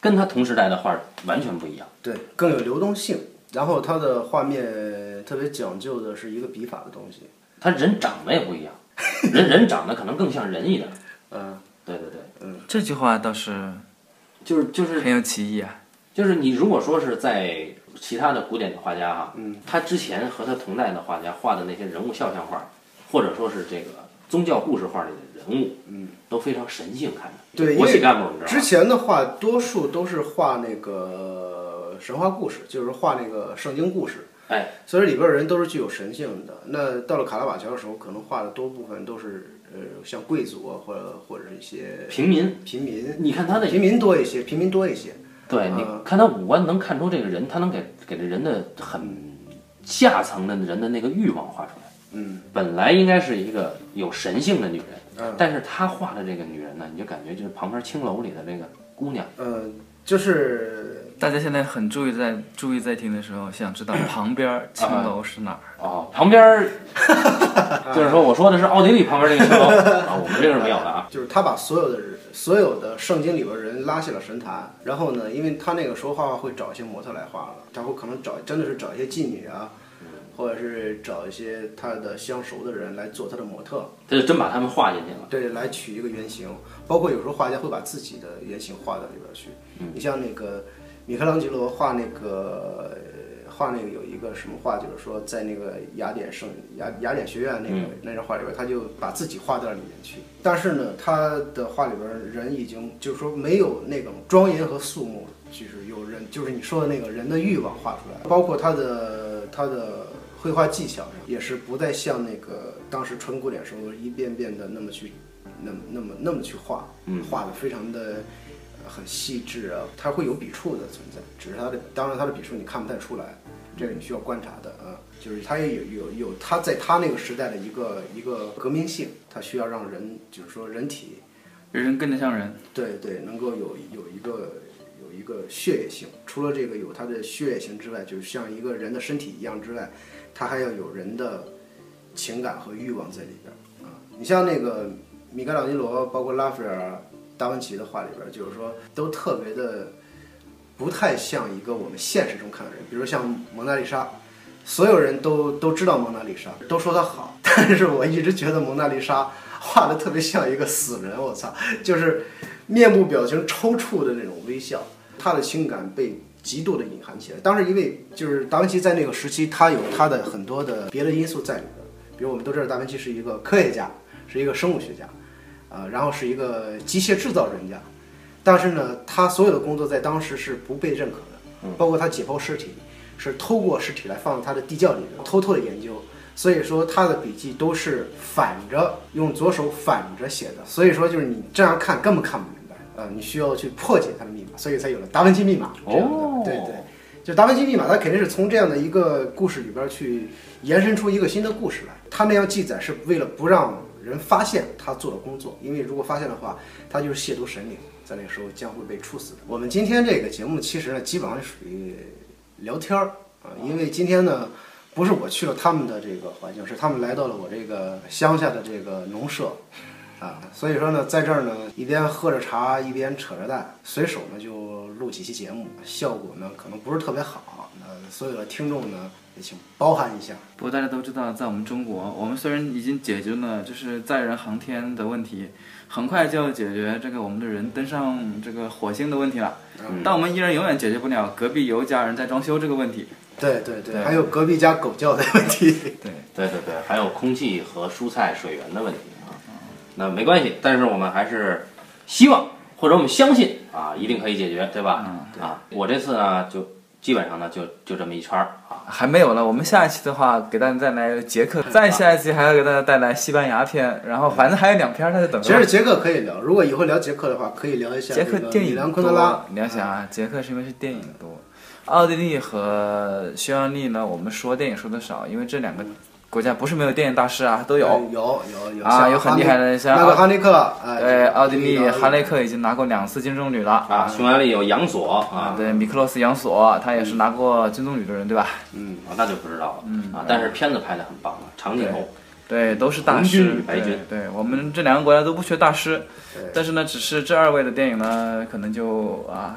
Speaker 1: 跟他同时代的画完全不一样。
Speaker 3: 对，更有流动性。然后它的画面特别讲究的是一个笔法的东西。
Speaker 1: 他人长得也不一样，人人长得可能更像人一点。
Speaker 3: 嗯，
Speaker 1: 对对对，
Speaker 2: 嗯，这句话倒是
Speaker 1: 就是就是
Speaker 2: 很有歧义啊。
Speaker 1: 就是你如果说是在其他的古典的画家哈，
Speaker 3: 嗯，
Speaker 1: 他之前和他同代的画家画的那些人物肖像画，或者说是这个宗教故事画里的人物，
Speaker 3: 嗯，
Speaker 1: 都非常神性看的。
Speaker 3: 对，
Speaker 1: 国企干部你知道吗？
Speaker 3: 之前的画多数都是画那个神话故事，就是画那个圣经故事。
Speaker 1: 哎，
Speaker 3: 所以里边人都是具有神性的。那到了卡拉瓦乔的时候，可能画的多部分都是呃像贵族啊，或者或者是一些
Speaker 1: 平民。
Speaker 3: 平民，
Speaker 1: 你看他那
Speaker 3: 平民多一些，平民多一些。
Speaker 1: 对，你看他五官能看出这个人，他能给给这人的很下层的人的那个欲望画出来。
Speaker 3: 嗯，
Speaker 1: 本来应该是一个有神性的女人，
Speaker 3: 嗯，
Speaker 1: 但是他画的这个女人呢，你就感觉就是旁边青楼里的这个姑娘。
Speaker 3: 嗯，就是
Speaker 2: 大家现在很注意在注意在听的时候，想知道旁边青楼是哪儿？
Speaker 1: 哦，旁边就是说我说的是奥地利旁边那个青楼啊，我们这个是没有的啊。
Speaker 3: 就是他把所有的人所有的圣经里边人拉下了神坛，然后呢，因为他那个时候画画会找一些模特来画了，他会可能找真的是找一些妓女啊。或者是找一些他的相熟的人来做他的模特，
Speaker 1: 他就真把他们画进去了。
Speaker 3: 对，来取一个原型。包括有时候画家会把自己的原型画到里边去。
Speaker 1: 嗯，
Speaker 3: 你像那个米开朗基罗画那个画那个有一个什么画，就是说在那个雅典圣雅雅典学院那个、嗯、那张画里边，他就把自己画到里面去。但是呢，他的画里边人已经就是说没有那种庄严和肃穆，就是有人就是你说的那个人的欲望画出来，包括他的他的。绘画技巧上也是不再像那个当时纯古典时候一遍遍的那么去，那么那么那么去画，画的非常的、呃、很细致啊，它会有笔触的存在，只是它的当然它的笔触你看不太出来，这个你需要观察的啊，就是它也有有有它在它那个时代的一个一个革命性，它需要让人就是说人体
Speaker 2: 人跟得像人，
Speaker 3: 对对，能够有有一个。有一个血液性，除了这个有它的血液性之外，就像一个人的身体一样之外，它还要有人的情感和欲望在里边啊。你像那个米开朗基罗，包括拉斐尔、达芬奇的画里边，就是说都特别的不太像一个我们现实中看的人。比如像蒙娜丽莎，所有人都都知道蒙娜丽莎，都说她好，但是我一直觉得蒙娜丽莎画的特别像一个死人，我操，就是面部表情抽搐的那种微笑。他的情感被极度的隐含起来。当时因为就是达芬奇在那个时期，他有他的很多的别的因素在里边，比如我们都知道达芬奇是一个科学家，是一个生物学家，呃，然后是一个机械制造专家，但是呢，他所有的工作在当时是不被认可的，包括他解剖尸体是透过尸体来放在他的地窖里边偷偷的研究，所以说他的笔记都是反着用左手反着写的，所以说就是你这样看根本看不明白。呃，你需要去破解它的密码，所以才有了达芬奇密码。哦，对对，就达芬奇密码，它肯定是从这样的一个故事里边去延伸出一个新的故事来。他那样记载是为了不让人发现他做的工作，因为如果发现的话，他就是亵渎神灵，在那个时候将会被处死的。我们今天这个节目其实呢，基本上属于聊天儿啊，因为今天呢，不是我去了他们的这个环境，是他们来到了我这个乡下的这个农舍。啊，所以说呢，在这儿呢，一边喝着茶，一边扯着蛋，随手呢就录几期节目，效果呢可能不是特别好，呃，所有的听众呢也请包涵一下。
Speaker 2: 不过大家都知道，在我们中国，我们虽然已经解决了就是载人航天的问题，很快就要解决这个我们的人登上这个火星的问题了，嗯、但我们依然永远解决不了隔壁有一家人在装修这个问题。
Speaker 3: 对对 对, 对，还有隔壁家狗叫的问题。
Speaker 2: 对
Speaker 1: 对对对，还有空气和蔬菜水源的问题。那没关系，但是我们还是希望或者我们相信啊，一定可以解决，对吧？
Speaker 2: 嗯，对
Speaker 1: 啊，我这次呢就基本上呢就就这么一圈啊，
Speaker 2: 还没有了。我们下一期的话给大家带来捷克，再下一期还要给大家带来西班牙篇，然后反正还有两篇，他就等着。
Speaker 3: 其实捷克可以聊，如果以后聊捷克的话，可以聊一下
Speaker 2: 捷克电影
Speaker 3: 米兰昆德拉。
Speaker 2: 你要想啊，捷克是因为是电影多，奥地利和匈牙利呢，我们说电影说的少，因为这两个国家不是没有电影大师啊，都有，
Speaker 3: 有有有
Speaker 2: 啊，有很厉害的，像
Speaker 3: 那个哈内克，
Speaker 2: 对，奥地利哈雷克已经拿过两次金棕榈了
Speaker 1: 啊，匈牙利有杨索啊，
Speaker 2: 对，米克洛斯杨索，他也是拿过金棕榈的人，对吧？
Speaker 1: 嗯，啊，那就不知道了，嗯啊，但是片子拍得很棒啊，长镜头，
Speaker 2: 对，都是大师，
Speaker 1: 红军与白军，
Speaker 2: 对，我们这两个国家都不缺大师，但是呢，只是这二位的电影呢，可能就啊。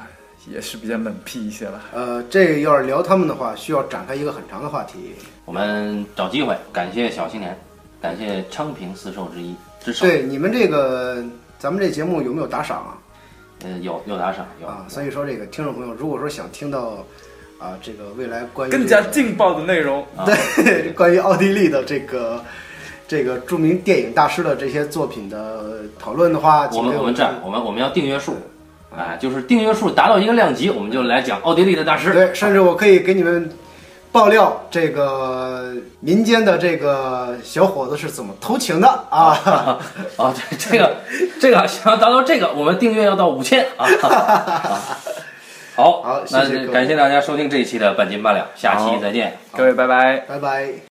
Speaker 2: 也是比较冷僻一些了。
Speaker 3: 呃，这个要是聊他们的话，需要展开一个很长的话题。
Speaker 1: 我们找机会，感谢小青年，感谢昌平四兽之一之首。
Speaker 3: 对，你们这个咱们这节目有没有打赏啊？
Speaker 1: 呃，有有打赏有
Speaker 3: 啊，所以说这个听众朋友，如果说想听到啊这个未来关于、
Speaker 2: 更加劲爆的内容，
Speaker 3: 对，关于奥地利的这个这个著名电影大师的这些作品的讨论的话，
Speaker 1: 我们我们这样，我们我们要订阅数。啊，就是订阅数达到一个量级，我们就来讲奥地利的大师。
Speaker 3: 对，甚至我可以给你们爆料这个民间的这个小伙子是怎么偷情的啊！
Speaker 1: 啊，啊这这个这个想要达到这个，我们订阅要到五千啊！啊好，
Speaker 3: 好，
Speaker 1: 那感谢大家收听这一期的半斤八两，下期再见，
Speaker 2: 各位拜拜，
Speaker 3: 拜拜。